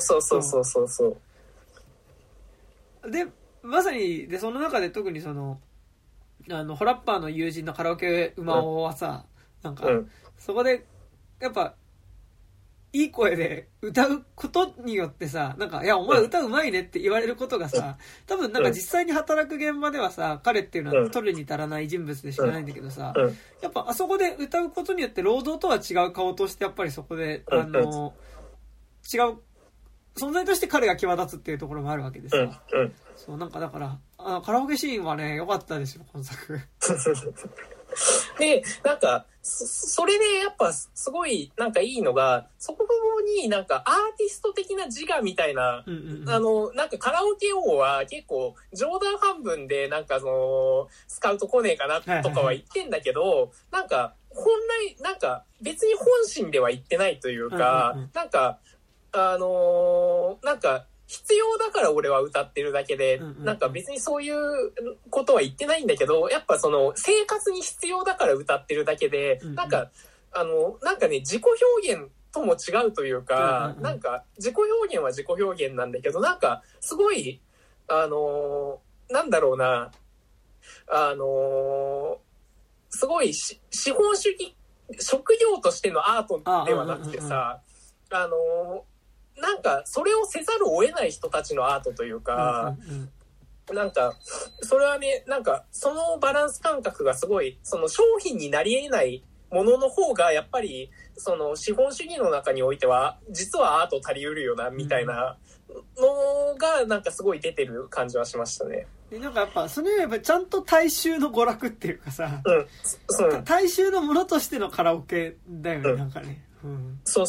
Speaker 1: で、まさに、で、その中で特にその、ホラッパーの友人のカラオケ馬尾はさ、なんか、そこで、やっぱ、いい声で歌うことによってさ、なんか、いや、お前歌うまいねって言われることがさ、多分なんか実際に働く現場ではさ、彼っていうのは取るに足らない人物でしかないんだけどさ、やっぱあそこで歌うことによって労働とは違う顔としてやっぱりそこで、違う、存在として彼が際立つっていうところもあるわけでさ、そう、なんかだから、カラオケシーンはね、良かったですよ、今作。
Speaker 2: で、なんか、それでやっぱすごいなんかいいのが、そこになんかアーティスト的な自我みたいな、なんかカラオケ王は結構冗談半分でなんかスカウト来ねえかなとかは言ってんだけど、なんか本来なんか別に本心では言ってないというか、なんか、なんか、必要だから俺は歌ってるだけで、なんか別にそういうことは言ってないんだけど、やっぱその生活に必要だから歌ってるだけで、なんか、なんかね、自己表現とも違うというか、なんか自己表現は自己表現なんだけど、なんかすごい、なんだろうな、すごい資本主義、職業としてのアートではなくてさ、なんかそれをせざるを得ない人たちのアートというか、なんかそれはね、なんかそのバランス感覚がすごい、その商品になり得ないものの方がやっぱりその資本主義の中においては実はアート足りうるよなみたいなのがなんかすごい出てる感じはしましたね。
Speaker 1: なんかやっぱそれやっぱちゃんと大衆の娯楽っていうかさ、大衆のものとしてのカラオケだよね、なんかね、
Speaker 2: そう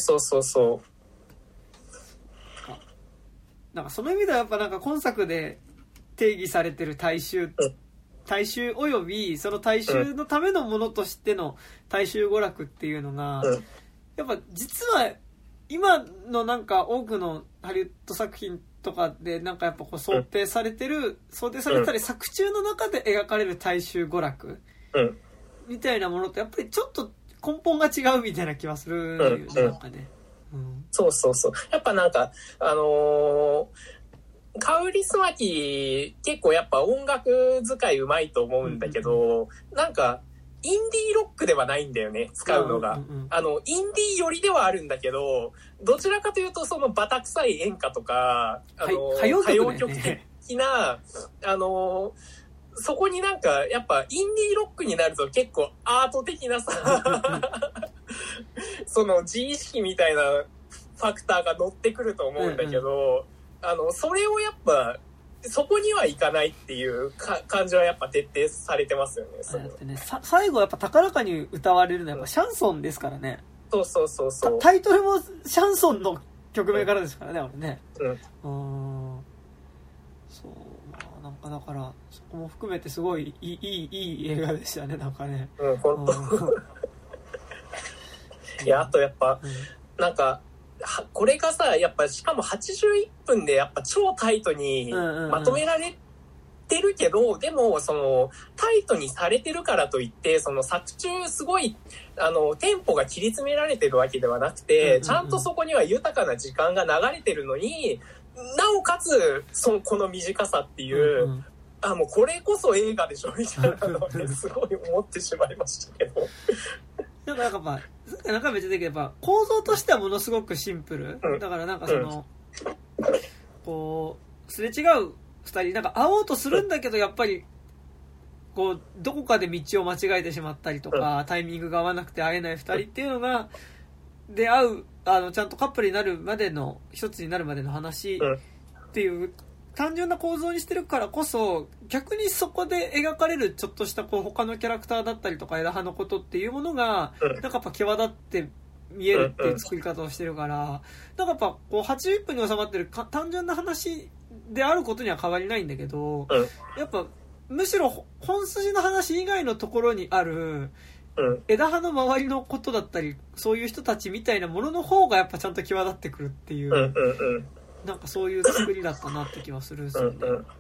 Speaker 1: なんかその意味ではやっぱなんか今作で定義されてる大衆およびその大衆のためのものとしての大衆娯楽っていうのが、やっぱ実は今のなんか多くのハリウッド作品とかでなんかやっぱこう想定されてたり作中の中で描かれる大衆娯楽みたいなものとやっぱりちょっと根本が違うみたいな気はするよね、なんかね。
Speaker 2: そうそうそう。やっぱなんか、カウリスマキ結構やっぱ音楽使いうまいと思うんだけど、なんか、インディーロックではないんだよね、使うのが。インディー寄りではあるんだけど、どちらかというとそのバタ臭い演歌とか、
Speaker 1: 歌謡曲
Speaker 2: 的な、そこになんか、やっぱインディーロックになると結構アート的なさ、その自意識みたいなファクターが乗ってくると思うんだけど、それをやっぱ、そこにはいかないっていう感じはやっぱ徹底されてますよね。
Speaker 1: 最後やっぱ高らかに歌われるのはやっぱシャンソンですからね。
Speaker 2: そうそうそうそう。
Speaker 1: タイトルもシャンソンの曲名からですからね、あれね。そう、なんかだからそこも含めてすごいいい映画でしたね、なんかね。
Speaker 2: 本当。いや、あとやっぱ、なんか。これがさ、やっぱしかも81分でやっぱ超タイトにまとめられてるけど、でもそのタイトにされてるからといってその作中すごいテンポが切り詰められてるわけではなくて、ちゃんとそこには豊かな時間が流れてるのになおかつこの短さっていう、もうこれこそ映画でしょみたいなのをねすごい思ってしまいましたけど。
Speaker 1: なんかまあなんかめっちゃできれば構造としてはものすごくシンプル、だからなんかその、こうすれ違う2人なんか会おうとするんだけどやっぱりこうどこかで道を間違えてしまったりとか、タイミングが合わなくて会えない2人っていうのが出会うちゃんとカップルになるまでの一つになるまでの話っていう単純な構造にしてるからこそ逆にそこで描かれるちょっとしたこう他のキャラクターだったりとか枝葉のことっていうものがなんかやっぱ際立って見えるっていう作り方をしてるからなんかやっぱこう80分に収まってる単純な話であることには変わりないんだけどやっぱむしろ本筋の話以外のところにある枝葉の周りのことだったりそういう人たちみたいなものの方がやっぱちゃんと際立ってくるっていうなんかそういう作りだったなって気はするんですよね。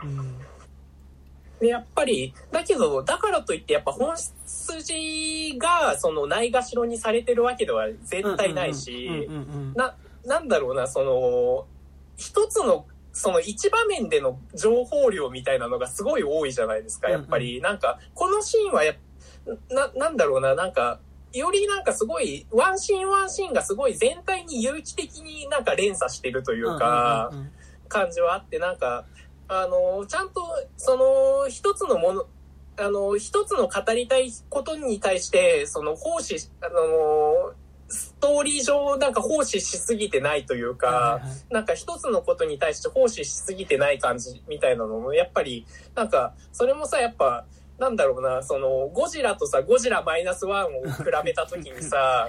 Speaker 2: でやっぱりだけどだからといってやっぱ本筋がそのないがしろにされてるわけでは絶対ないし、なんだろうなその一つのその一場面での情報量みたいなのがすごい多いじゃないですか。やっぱりなんかこのシーンはなんだろうななんか。よりなんかすごいワンシーンワンシーンがすごい全体に有機的になんか連鎖してるというか感じはあってなんかちゃんとその一つのもの一つの語りたいことに対してその奉仕ストーリー上なんか奉仕しすぎてないというかなんか一つのことに対して奉仕しすぎてない感じみたいなのもやっぱりなんかそれもさやっぱなんだろうな、その、ゴジラとさ、ゴジラマイナスワンを比べたときにさ、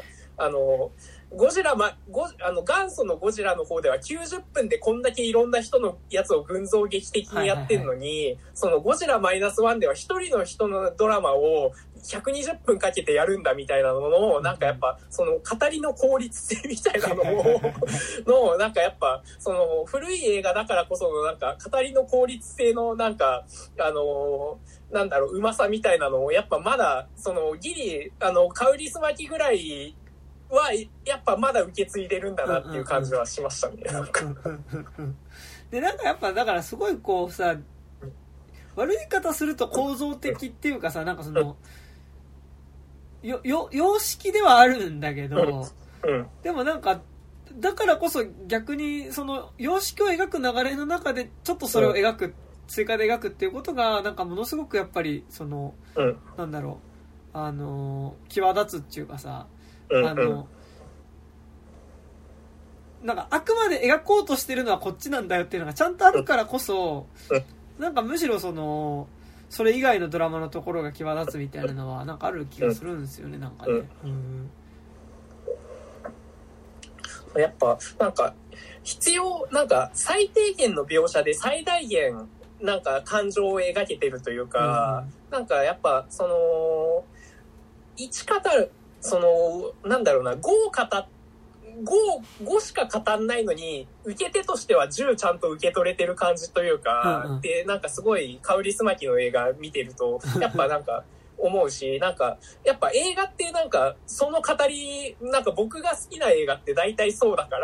Speaker 2: 元祖のゴジラの方では90分でこんだけいろんな人のやつを群像劇的にやってんのに、そのゴジラマイナスワンでは一人の人のドラマを120分かけてやるんだみたいなのの、なんかやっぱ、その語りの効率性みたいなのの、なんかやっぱ、その古い映画だからこそのなんか語りの効率性のなんか、なんだろう、うまさみたいなのを、やっぱまだ、その、ギリ、カウリスマキぐらいは、やっぱまだ受け継いでるんだなっていう感じはしましたね。
Speaker 1: で、なんかやっぱ、だからすごいこうさ、悪い言い方すると構造的っていうかさ、なんかその、様式ではあるんだけど、でもなんか、だからこそ逆に、その、様式を描く流れの中で、ちょっとそれを描く、追加で描くっていうことがなんかものすごくやっぱりその、なんだろう際立つっていうかさなんかあくまで描こうとしてるのはこっちなんだよっていうのがちゃんとあるからこそなんかむしろそれ以外のドラマのところが際立つみたいなのはなんかある気がするんですよねなんかね。
Speaker 2: やっぱなんか必要なんか最低限の描写で最大限なんか感情を描けてるというか、なんかやっぱその一語るそのなんだろうな5語 5しか語んないのに、受け手としては10ちゃんと受け取れてる感じというか、で、なんかすごい、カウリスマキの映画見てると、やっぱなんか、思うし、なんか、やっぱ映画ってなんか、その語り、なんか僕が好きな映画って大体そうだから、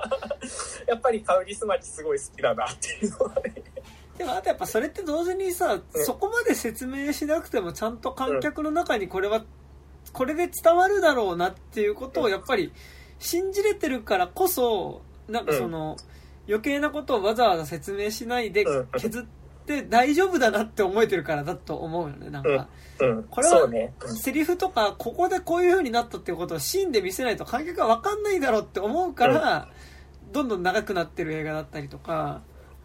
Speaker 2: やっぱりカウリスマキすごい好きだなっていうのはね。
Speaker 1: でもあとやっぱそれって同時にさ、そこまで説明しなくてもちゃんと観客の中にこれで伝わるだろうなっていうことをやっぱり信じれてるからこそ、なんかその余計なことをわざわざ説明しないで削って大丈夫だなって思えてるからだと思うよね。なんかこれはセリフとかここでこういう風になったっていうことをシーンで見せないと観客は分かんないだろうって思うからどんどん長くなってる映画だったりとか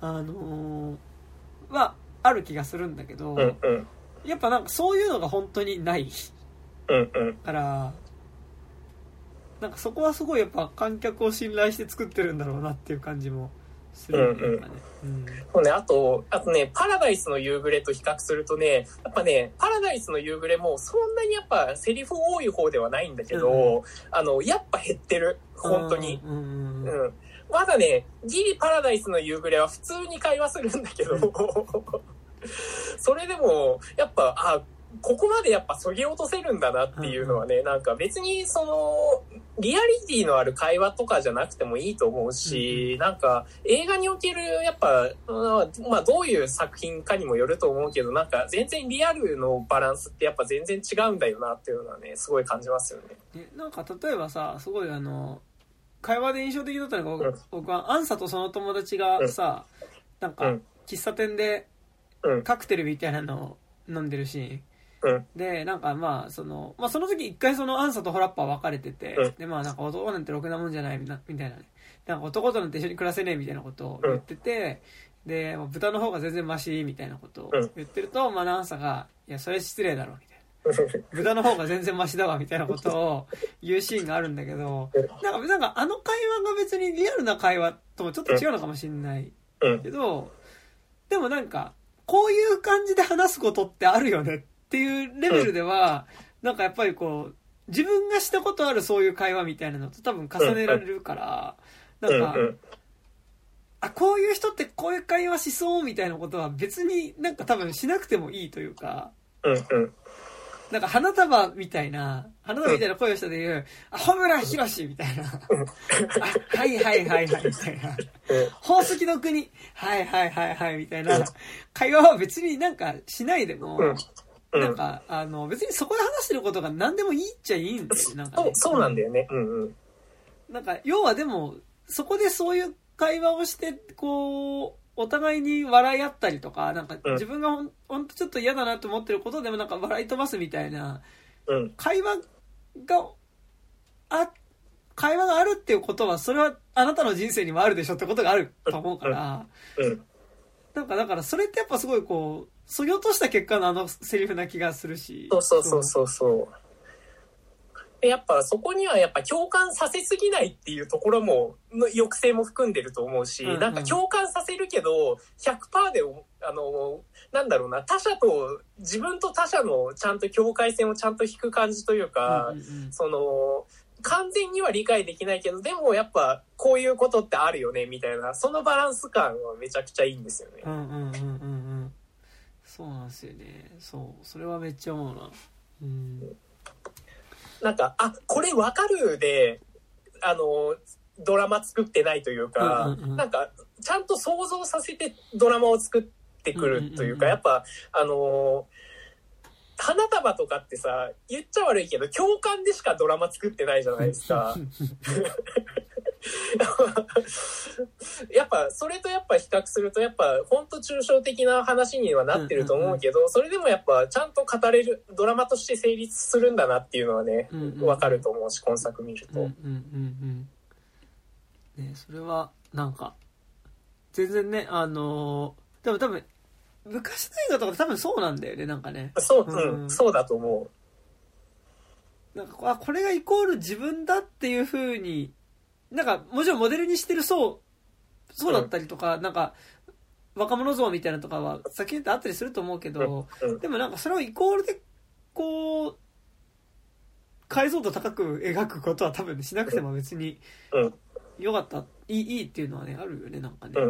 Speaker 1: はある気がするんだけど、やっぱなんかそういうのが本当にないから、なんかそこはすごいやっぱ観客を信頼して作ってるんだろうなっていう感じもするよね。
Speaker 2: そうね、あとね、パラダイスの夕暮れと比較するとね、やっぱね、パラダイスの夕暮れもそんなにやっぱセリフ多い方ではないんだけど、やっぱ減ってる、本当に。まだね、ギリパラダイスの夕暮れは普通に会話するんだけど、それでも、やっぱ、ここまでやっぱ削ぎ落とせるんだなっていうのはね、なんか別にその、リアリティのある会話とかじゃなくてもいいと思うし、なんか映画におけるやっぱ、まあどういう作品かにもよると思うけど、なんか全然リアルのバランスってやっぱ全然違うんだよなっていうのはね、すごい感じますよね。
Speaker 1: なんか例えばさ、すごい会話で印象的だったのが、僕はアンサとその友達がさ、なんか喫茶店でカクテルみたいなのを飲んでるシーン。で、なんかその時一回そのアンサとホラッパー別れてて、でなんか男なんてろくなもんじゃないみたいなね。なんか男となんて一緒に暮らせねえみたいなことを言ってて、で、豚の方が全然マシみたいなことを言ってると、アンサが、いや、それ失礼だろ、みたいな。豚の方が全然マシだわみたいなことを言うシーンがあるんだけど、なんか会話が別にリアルな会話ともちょっと違うのかもしれないけど、でもなんかこういう感じで話すことってあるよねっていうレベルでは、なんかやっぱりこう自分がしたことあるそういう会話みたいなのと多分重ねられるから、なんかこういう人ってこういう会話しそうみたいなことは別になんか多分しなくてもいいというか、なんか花束みたいな声をしたで言う、ホムラヒロシみたいな。はいはいはいはいみたいな。宝石の国、はいはいはいはいみたいな会話は別になんかしないでも、なんか別にそこで話してることが何でもいいっちゃいいんだよ。なんかね、
Speaker 2: そうなんだよね。
Speaker 1: なんか要はでもそこでそういう会話をしてこう。お互いに笑い合ったりとか、なんか自分がほんとちょっと嫌だなと思ってることでもなんか笑い飛ばすみたいな、会話があるっていうことは、それはあなたの人生にもあるでしょってことがあると思うから、なんかだからそれってやっぱすごいこう、削ぎ落とした結果のセリフな気がするし。
Speaker 2: そう。やっぱそこにはやっぱ共感させすぎないっていうところもの抑制も含んでると思うし、なんか共感させるけど 100% でなんだろうな、自分と他者のちゃんと境界線をちゃんと引く感じというか、その完全には理解できないけど、でもやっぱこういうことってあるよねみたいな、そのバランス感はめちゃくちゃいいんですよね。
Speaker 1: そうなんですよね。それはめっちゃ思うな。
Speaker 2: なんか、これわかるで、ドラマ作ってないというか、なんか、ちゃんと想像させてドラマを作ってくるというか、やっぱ、花束とかってさ、言っちゃ悪いけど、共感でしかドラマ作ってないじゃないですか。やっぱそれとやっぱ比較するとやっぱほんと抽象的な話にはなってると思うけど、それでもやっぱちゃんと語れるドラマとして成立するんだなっていうのはね、わかると思うし、今作見ると、
Speaker 1: ね、それはなんか全然ね、でも多分昔の映画とか多分そうなんだよね、なんかね。
Speaker 2: そうだと思
Speaker 1: う。なんかこれがイコール自分だっていう風に、なんかもちろんモデルにしてるそうだったりとか、なんか若者像みたいなとかは先にあったりすると思うけど、でもなんかそれをイコールでこう解像度高く描くことは多分しなくても別によかった、いいっていうのはねあるよね、なんかね。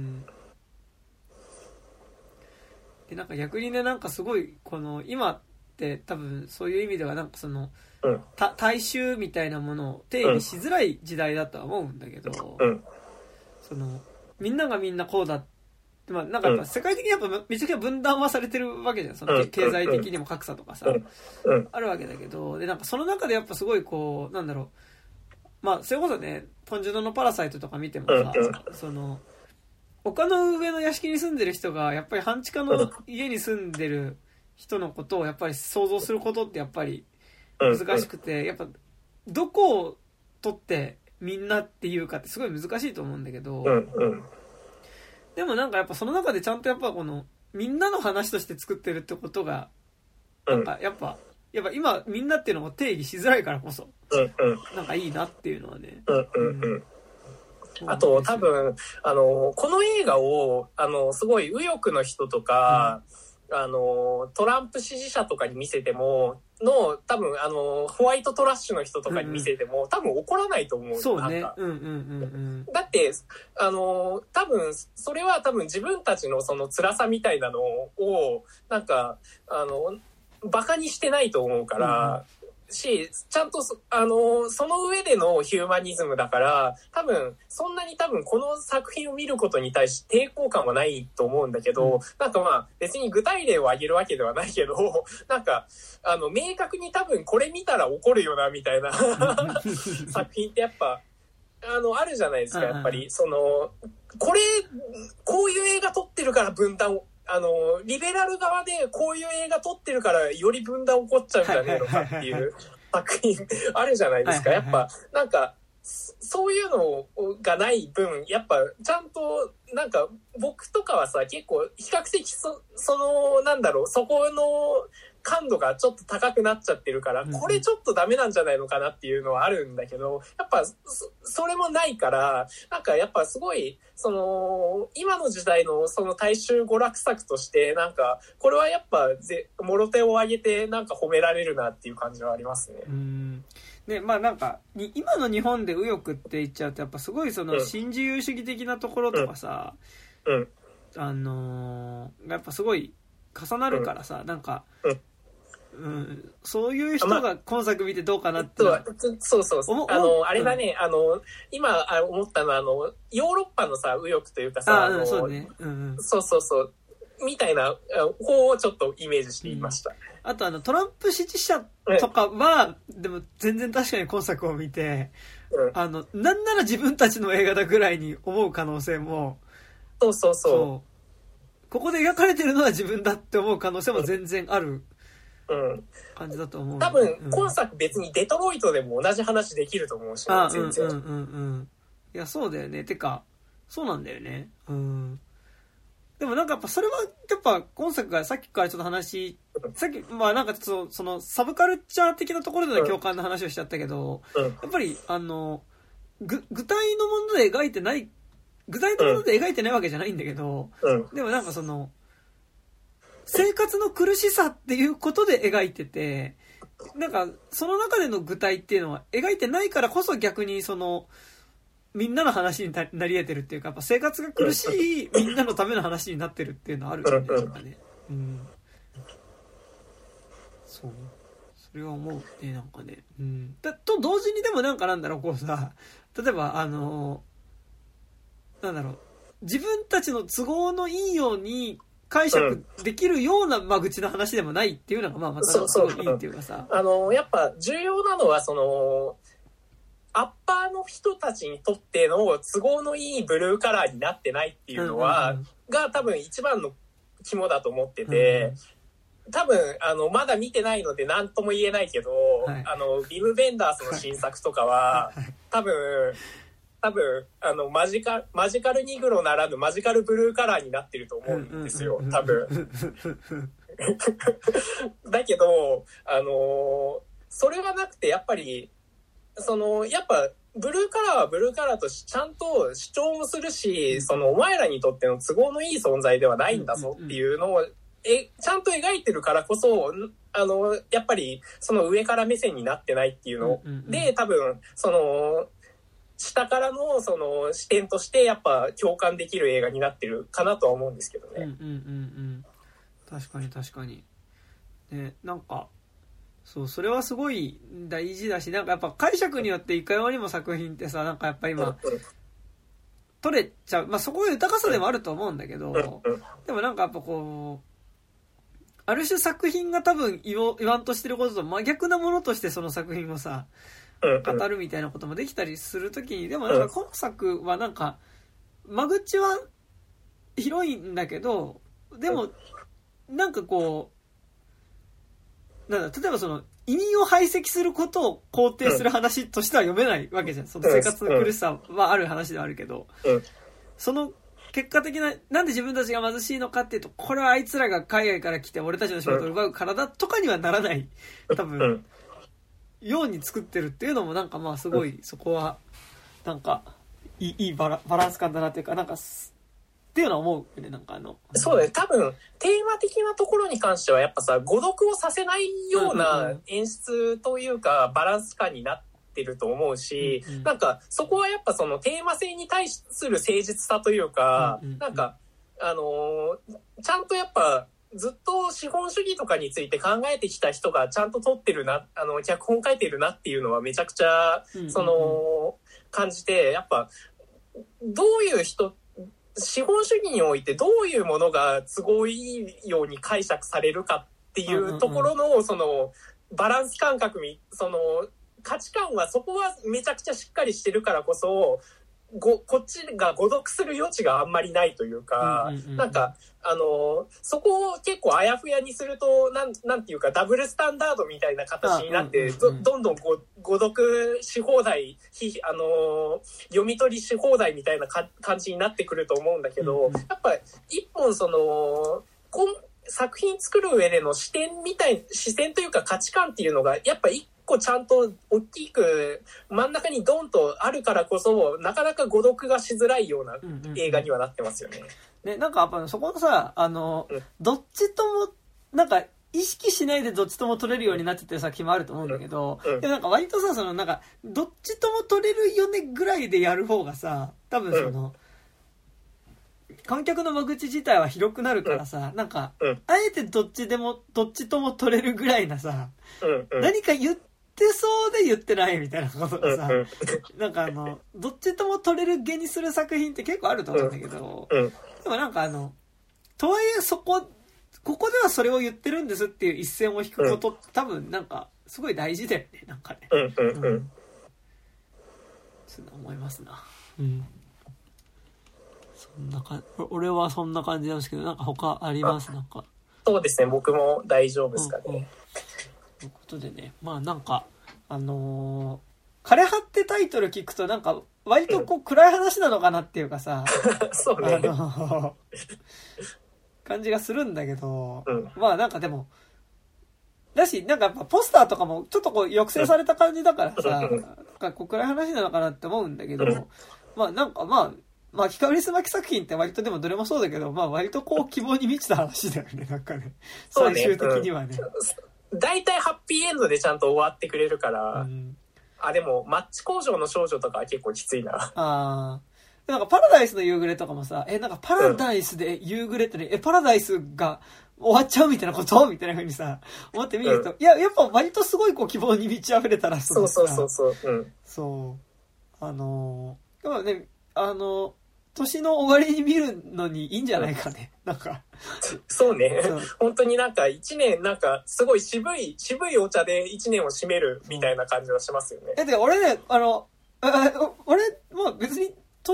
Speaker 1: でなんか逆にね、なんかすごいこの今って多分そういう意味ではなんかその大衆みたいなものを定義しづらい時代だとは思うんだけど、そのみんながみんなこうだって、まあなんかやっぱ世界的にやっぱめちゃくちゃ分断はされてるわけじゃん、その経済的にも格差とかさあるわけだけど、でなんかその中でやっぱすごいこうなんだろう、まあそれこそねポンジュノのパラサイトとか見てもさ、その丘の上の屋敷に住んでる人がやっぱり半地下の家に住んでる人のことをやっぱり想像することってやっぱり難しくて、やっぱどこを取ってみんなっていうかってすごい難しいと思うんだけど、でもなんかやっぱその中でちゃんとやっぱこのみんなの話として作ってるってことがなんかやっぱ今みんなっていうのを定義しづらいからこそなんかいいなっていうのはね。
Speaker 2: あと多分この映画をすごい右翼の人とか、トランプ支持者とかに見せても多分ホワイトトラッシュの人とかに見せても、多分怒らないと思う。
Speaker 1: そうね。
Speaker 2: だって多分それは多分自分たちのその辛さみたいなのをなんかバカにしてないと思うから。し、ちゃんとその上でのヒューマニズムだからそんなにこの作品を見ることに対して抵抗感はないと思うんだけど、なんかまあ別に具体例を挙げるわけではないけど、なんか明確に多分これ見たら怒るよなみたいな作品ってやっぱあるじゃないですか。やっぱりこういう映画撮ってるから分断をリベラル側でこういう映画撮ってるからより分断起こっちゃうんじゃねえのかっていう作品あるじゃないですか。やっぱなんかそういうのがない分やっぱちゃんとなんか僕とかはさ結構比較的なんだろう、そこの感度がちょっと高くなっちゃってるからこれちょっとダメなんじゃないのかなっていうのはあるんだけど、やっぱそれもないからなんかやっぱすごい今の時代のその大衆娯楽作としてなんかこれはやっぱもろ手を挙げてなんか褒められるなっていう感じはありますね。
Speaker 1: でまあなんか今の日本で右翼って言っちゃうとやっぱすごいその新自由主義的なところとかさ、やっぱすごい重なるからさ、なんかそういう人が今作見てどうかなって
Speaker 2: そうあれだね、今思ったのはヨーロッパのさ右翼というかさそうみたいな方をちょっなイメージしていました。
Speaker 1: あとトランプ支持者とかはでも全然確かに今作を見てなんなら自分たちの映画だぐらいに思う可能性もここで描かれてるのは自分だって思う可能性も全然ある感じだと思う。
Speaker 2: 多分今作別にデトロイトでも同じ話できると思うし、全然。
Speaker 1: いやそうだよね。てかそうなんだよね。でもなんかやっぱそれはやっぱ今作がさっきからちょっとさっきまあなんかそのサブカルチャー的なところでの共感の話をしちゃったけど、やっぱり具体のもので描いてないわけじゃないんだけど、でもなんか生活の苦しさっていうことで描いてて、なんかその中での具体っていうのは描いてないからこそ逆にみんなの話になり得てるっていうか、やっぱ生活が苦しいみんなのための話になってるっていうのはあるよね。なんかね。そう。それは思うね、なんかね。と同時にでもなんかなんだろう、こうさ、例えばなんだろう、自分たちの都合のいいように解釈できるような間口の話でもないっていうのがまあまたすごいいいっていうかさ、
Speaker 2: やっぱ重要なのはアッパーの人たちにとっての都合のいいブルーカラーになってないっていうのは、が多分一番の肝だと思ってて、多分まだ見てないので何とも言えないけど、ビム・ベンダースの新作とかは多分マジカルニグロならぬマジカルブルーカラーになってると思うんですよ、多分。だけどそれはなくてやっぱりやっぱブルーカラーはブルーカラーとちゃんと主張もするし、お前らにとっての都合のいい存在ではないんだぞっていうのをちゃんと描いてるからこそ、やっぱりその上から目線になってないっていうので、多分その下からのその視点としてやっぱ共感できる映画になってるかなとは思うんですけどね。
Speaker 1: 確かに確かに。ね、なんかそう、それはすごい大事だし、なんかやっぱ解釈によっていかようにも作品ってさ、なんかやっぱ今取れちゃう、まあそこは豊かさでもあると思うんだけど、でもなんかやっぱこうある種作品が多分言わんとしてることと真逆なものとしてその作品をさ語るみたいなこともできたりするときに、でもなんか今作はなんか間口は広いんだけど、でもなんかこうなんだ、例えばその移民を排斥することを肯定する話としては読めないわけじゃん。その生活の苦しさはある話ではあるけど、その結果的な、なんで自分たちが貧しいのかっていうと、これはあいつらが海外から来て俺たちの仕事を奪うからだとかにはならない、多分ように作ってるっていうのもなんかまあすごいそこはなんかいいバランス感だなっていうか、なんかっていうのは思うよね。なんか
Speaker 2: そうだね、多分テーマ的なところに関してはやっぱさ、誤読をさせないような演出というかバランス感になってると思うし、なんかそこはやっぱそのテーマ性に対する誠実さというか、なんかちゃんとやっぱずっと資本主義とかについて考えてきた人がちゃんと撮ってるな、脚本書いてるなっていうのはめちゃくちゃその感じて、やっぱどういう人、資本主義においてどういうものが都合いいように解釈されるかっていうところのそのバランス感覚に、その価値観はそこはめちゃくちゃしっかりしてるからこそ、こっちが誤読する余地があんまりないというか、なんかそこを結構あやふやにするとなんていうかダブルスタンダードみたいな形になって、どんどん誤読し放題、読み取りし放題みたいな感じになってくると思うんだけど、やっぱ一本その作品作る上での視点というか価値観っていうのがやっぱ一個ちゃんと大きく真ん中にドンとあるからこそ、なかなか誤読がしづらいような映画にはなってますよね。
Speaker 1: ね、なんかやっぱそこのさ、どっちともなんか意識しないでどっちとも撮れるようになってる作品もあると思うんだけど、でなんか割とさ、そのなんかどっちとも撮れるよねぐらいでやる方がさ、多分その、観客の間口自体は広くなるからさ、なんかあえてどっちとも撮れるぐらいなさ、何か言ってそうで言ってないみたいなことがさ、なんかどっちとも撮れる芸にする作品って結構あると思うんだけど、でもなんかとはいえここではそれを言ってるんですっていう一線を引くことって多分なんかすごい大事だよね、なんかね。そう思いますな。俺はそんな感じなんですけど、なんか他あります？なんか。
Speaker 2: そうですね、僕も大丈夫ですかね。
Speaker 1: ということでね、まあなんか枯葉ってタイトル聞くとなんか割とこう暗い話なのかなっていうかさ、
Speaker 2: そうね、
Speaker 1: 感じがするんだけど、まあなんかでもだし、なんかやっぱポスターとかもちょっとこう抑制された感じだからさ、なんかこう暗い話なのかなって思うんだけど、まあなんかまあキカウリス巻き作品って割とでもどれもそうだけど、まあ割とこう希望に満ちた話だよね、なんかね、最終的にはね。
Speaker 2: 大体ハッピーエンドでちゃんと終わってくれるから、でもマッチ工場の少女とかは結構きついな。
Speaker 1: なんかパラダイスの夕暮れとかもさ、なんかパラダイスで夕暮れってね、パラダイスが終わっちゃうみたいなことみたいな風にさ思ってみると、やっぱ割とすごいこう希望に満ち溢れたら
Speaker 2: そう。
Speaker 1: でもね、年の終わりに見るのにいいんじゃないかね、なんか。
Speaker 2: そうね。本当になんか一年なんかすごい渋いお茶で一年を締めるみたいな感じはしますよね。
Speaker 1: で俺ね、俺も別に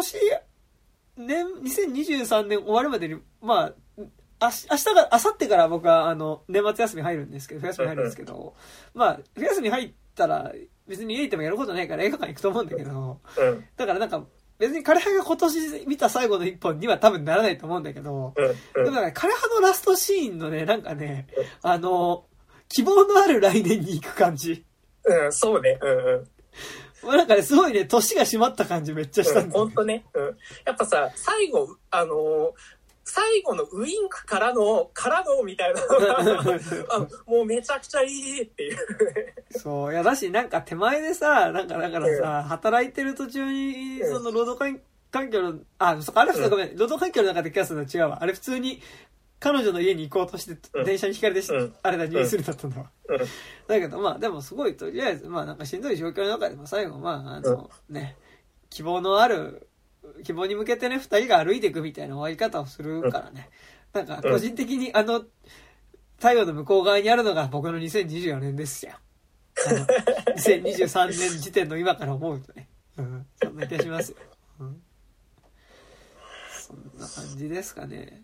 Speaker 1: 2023年終わるまでにまあ明後日から僕は年末休み入るんですけど、冬休み入るんですけど、まあ冬休み入ったら別に家にいてもやることないから映画館行くと思うんだけど、だからなんか別に枯葉が今年見た最後の一本には多分ならないと思うんだけど、でもなんか枯葉のラストシーンのね、なんかね、希望のある来年に行く感じ。
Speaker 2: そうね。
Speaker 1: なんかね、すごいね、年が締まった感じめっちゃしたんだ、
Speaker 2: ほんとね。やっぱさ、最後、 最後のウインクからのみたいなのがもうめちゃくちゃいいっていう
Speaker 1: そう、いやだし、なんか手前でさ、なんかだからさ、働いてる途中に、その労働環境の、あ、そっか、あれ普通ごめん、労働環境の中で気がするの違うわ。あれ普通に、彼女の家に行こうとして、電車に引かれて、あれだ、入院するんだったんだわ。だけど、まあ、でもすごい、とりあえず、まあなんかしんどい状況の中でも最後、まあ、ね、希望に向けてね、二人が歩いていくみたいな終わり方をするからね。なんか、個人的に太陽の向こう側にあるのが僕の2024年ですよ。2023年時点の今から思うとね。そんな気がしますよ。そんな感じですかね。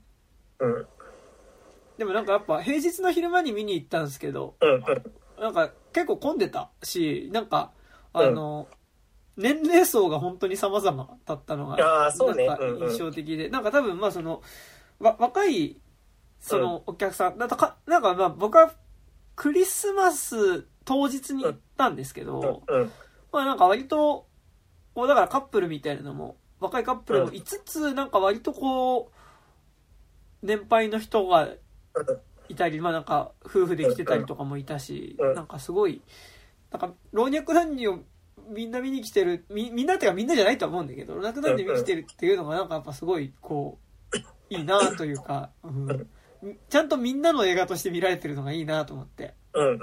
Speaker 1: でもなんかやっぱ平日の昼間に見に行ったんですけど、なんか結構混んでたし、なんか年齢層が本当に様々だったのがなんか印象的で、なんか多分まあその若いそのお客さんなんかまあ僕はクリスマス当日に行ったんですけど、まあなんか割とだからカップルみたいなのも若いカップルもいつつ、なんか割とこう年配の人がいたり、まあなんか夫婦で来てたりとかもいたし、なんかすごいなんか老若男女をみんな見に来てる、みんなってかみんなじゃないとは思うんだけど、老若男女見に来てるっていうのがなんかやっぱすごいこういいなというか、ちゃんとみんなの映画として見られてるのがいいなと思って。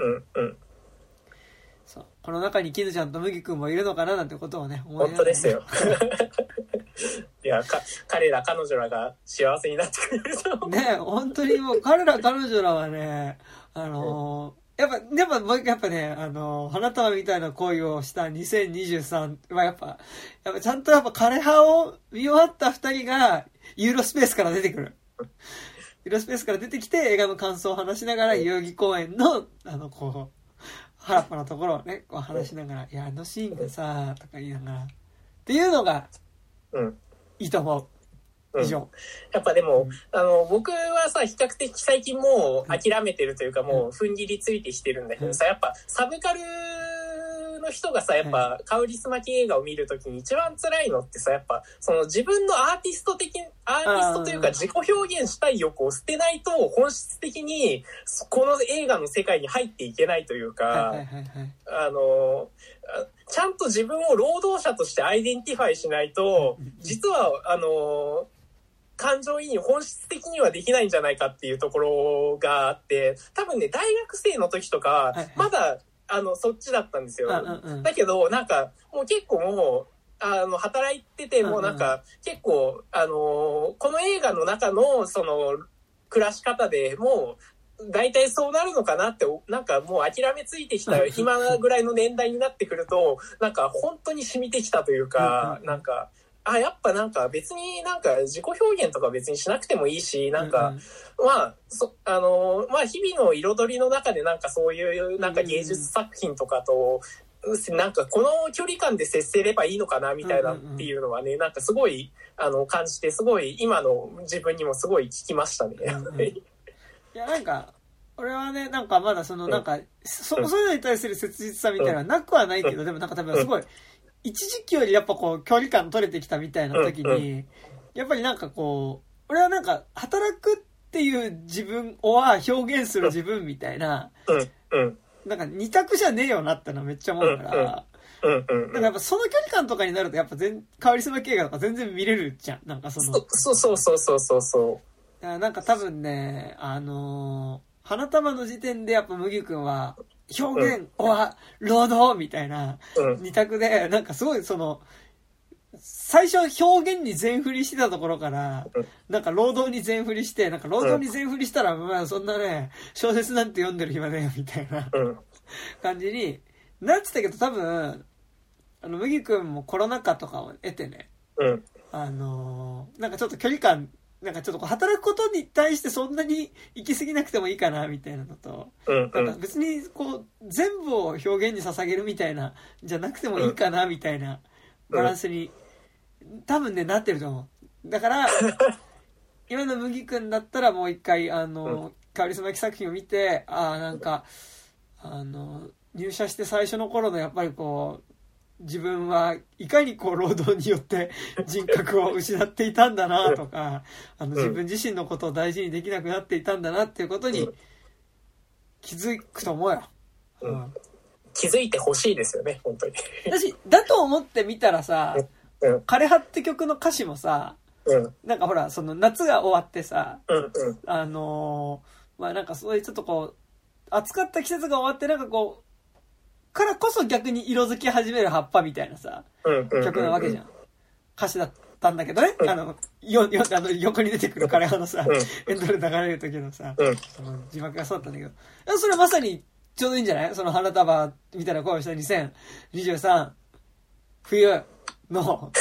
Speaker 1: そう、この中にキヌちゃんと麦くんもいるのかななんてことをね思いながら、ね、
Speaker 2: 本当ですよいや彼ら彼女らが幸せになってくれると
Speaker 1: ね、本当にもう彼ら彼女らはね、やっぱね、花束みたいな恋をした2023はやっぱちゃんとやっぱ枯葉を見終わった二人がユーロスペースから出てくる。ユーロスペースから出てきて映画の感想を話しながら、代々木公園のこう原っぱのところをねこう話しながら、いやシーンがさとか言いながらっていうのがいいと思う。以上。
Speaker 2: やっぱでも、僕はさ比較的最近もう諦めてるというか、もう踏ん切りついてきてるんだけどさ、やっぱサブカルの人がさ、やっぱカウリスマキ映画を見るときに一番辛いのってさ、やっぱその自分のアーティストというか自己表現したい欲を捨てないと本質的にこの映画の世界に入っていけないというか、ちゃんと自分を労働者としてアイデンティファイしないと、実は感情移入本質的にはできないんじゃないかっていうところがあって、多分ね大学生の時とかまだそっちだったんですよ。だけどなんかもう結構もう働いててもなんか結構この映画の中のその暮らし方でもう大体そうなるのかなって、なんかもう諦めついてきた今ぐらいの年代になってくるとなんか本当に染みてきたというか、なんかやっぱなんか別になんか自己表現とか別にしなくてもいいし、なんかまあ日々の彩りの中でなんかそういうなんか芸術作品とかとなんかこの距離感で接せればいいのかなみたいなっていうのはね、なんかすごい感じて、すごい今の自分にもすごい聞きましたね。
Speaker 1: いやなんか俺はね、なんかまだそのなんかそういうのに対する切実さみたいなのはなくはないけど、でもなんか多分すごい一時期よりやっぱこう距離感取れてきたみたいな時に、やっぱりなんかこう俺はなんか働くっていう自分は表現する自分みたいな、なんか二択じゃねえよなってのはめっちゃ思うから、だからやっぱその距離感とかになるとやっぱカウリスマ映画とか全然見れるじゃん。なんかそのそうなんか多分ね花束の時点でやっぱ麦くんは表現は労働みたいな二択で、なんかすごいその最初表現に全振りしてたところからなんか労働に全振りして、なんか労働に全振りしたらまあそんなね小説なんて読んでる暇ねえよみたいな感じになってたけど、多分麦くんもコロナ禍とかを得てね、なんかちょっと距離感なんかちょっとこう働くことに対してそんなに行き過ぎなくてもいいかなみたいなのと、なんか別にこう全部を表現に捧げるみたいなじゃなくてもいいかなみたいなバランスに多分ねなってると思う。だから今の麦くんだったらもう一回カウリスマキ作品を見て、なんか入社して最初の頃のやっぱりこう自分はいかにこう労働によって人格を失っていたんだなとか、自分自身のことを大事にできなくなっていたんだなっていうことに気づくと思うよ。
Speaker 2: 気づいてほしいですよね、本当に。
Speaker 1: だと思ってみたらさ、枯葉って曲の歌詞もさ、なんかほら、その夏が終わってさ、まあなんかそういうちょっとこう、暑かった季節が終わってなんかこう、からこそ逆に色づき始める葉っぱみたいなさ、曲なわけじゃん。歌詞だったんだけどね、横に出てくる枯葉のさ、エンドで流れる時のさ、字幕がそうだったんだけど、それはまさにちょうどいいんじゃない？その花束みたいな声をした2023冬の、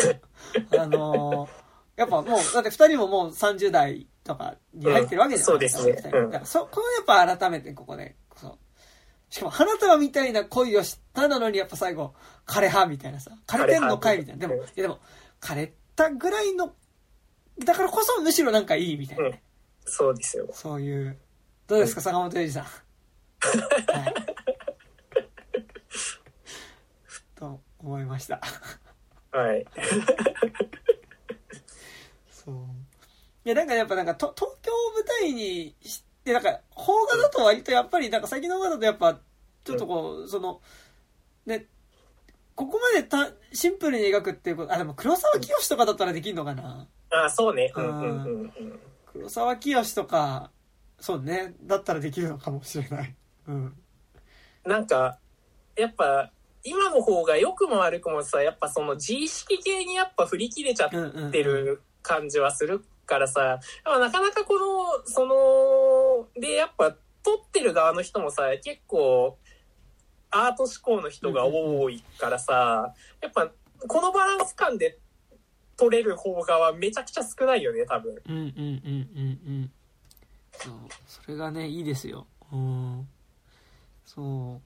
Speaker 1: やっぱもう、だって二人ももう30代とかに入ってるわけじゃん。
Speaker 2: そうですね。
Speaker 1: だからそこをやっぱ改めてここで、しかも花束みたいな恋をしたなのにやっぱ最後、枯れ葉みたいなさ、枯れてんのかいみたいな。でも、枯れたぐらいの、だからこそむしろなんかいいみたいなね。
Speaker 2: そうですよ。
Speaker 1: そういう、どうですか、坂本龍二さん。はい。と思いました。
Speaker 2: はい。
Speaker 1: そう。いや、なんかやっぱ東京を舞台にして、なんか、邦画だと割とやっぱり、なんか最近の邦画だとやっぱ、ちょっとこう、その、ね、ここまでシンプルに描くっていうこと、でも黒沢清とかだったらできんのかな。
Speaker 2: そうね。
Speaker 1: 黒沢清とか、そうね、だったらできるのかもしれない。
Speaker 2: なんか、やっぱ、今の方が良くも悪くもさ、やっぱその自意識系にやっぱ振り切れちゃってる感じはするからさ、なかなかで、やっぱ撮ってる側の人もさ、結構アート志向の人が多いからさ、やっぱこのバランス感で撮れる邦画はめちゃくちゃ少ないよね、多分。
Speaker 1: それがね、いいですよ。そう。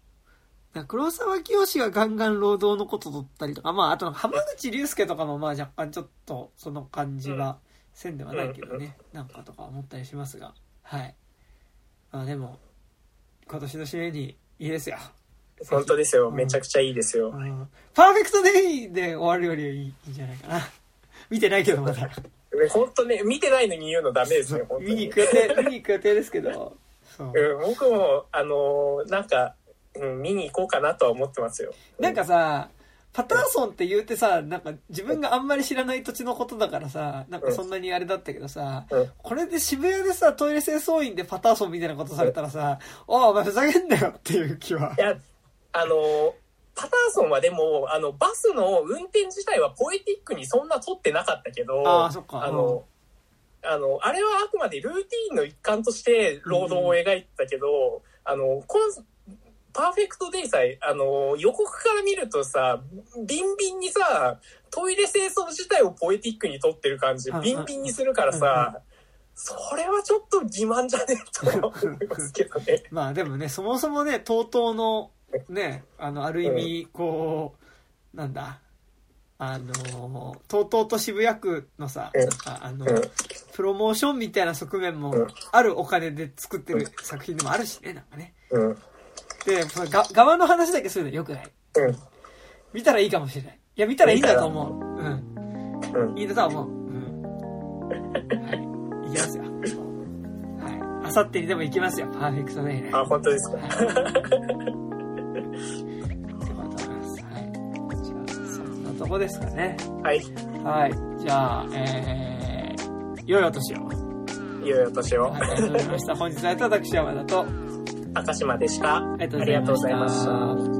Speaker 1: 黒沢清がガンガン労働のこと撮ったりとか、あと浜口竜介とかも若干ちょっとその感じはせんではないけどね、なんかとか思ったりしますが、はい。でも今年の締めにいいですよ。
Speaker 2: 本当ですよ、めちゃくちゃいいですよ。
Speaker 1: パーフェクトデイで終わるよりはいいんじゃないかな。見てないけどまだ。
Speaker 2: 本当ね、見てないのに言うのダメですね。
Speaker 1: 見に行く予定ですけど。
Speaker 2: 僕もなんか。見に行こうかなとは思ってますよ。
Speaker 1: なんかさ、パターソンって言うてさ、なんか自分があんまり知らない土地のことだからさ、なんかそんなにあれだったけどさ、これで渋谷でさ、トイレ清掃員でパターソンみたいなことされたらさ、お前ふざけんなよっていう気は。
Speaker 2: いや、パターソンはでも、バスの運転自体はポエティックにそんな撮ってなかったけど、
Speaker 1: そっか。
Speaker 2: あれはあくまでルーティーンの一環として労働を描いてたけど、パーフェクトデイさえ、予告から見るとさ、ビンビンにさ、トイレ清掃自体をポエティックに撮ってる感じ、ビンビンにするからさ、それはちょっと欺瞞じゃねえと思いますけどね。
Speaker 1: でもね、そもそもね、TOTOの、ね、ある意味、こう、なんだ、TOTOと渋谷区のさ、プロモーションみたいな側面も、あるお金で作ってる作品でもあるしね、なんかね。で、側の話だけするのよくない。見たらいいかもしれない。いや、見たらいいんだと思う。いいんだとは思う。はい。行きますよ。はい。あさってにでも行きますよ。パーフェクトデイね。
Speaker 2: 本当ですか。
Speaker 1: ってことです。はい。じゃあ、そんなとこですかね。
Speaker 2: はい。
Speaker 1: はい。じゃあ、良いお年を。
Speaker 2: 良いお年を。
Speaker 1: ありがとうございました。本日は私山田と、
Speaker 2: 赤島でした。
Speaker 1: ありがとうございました。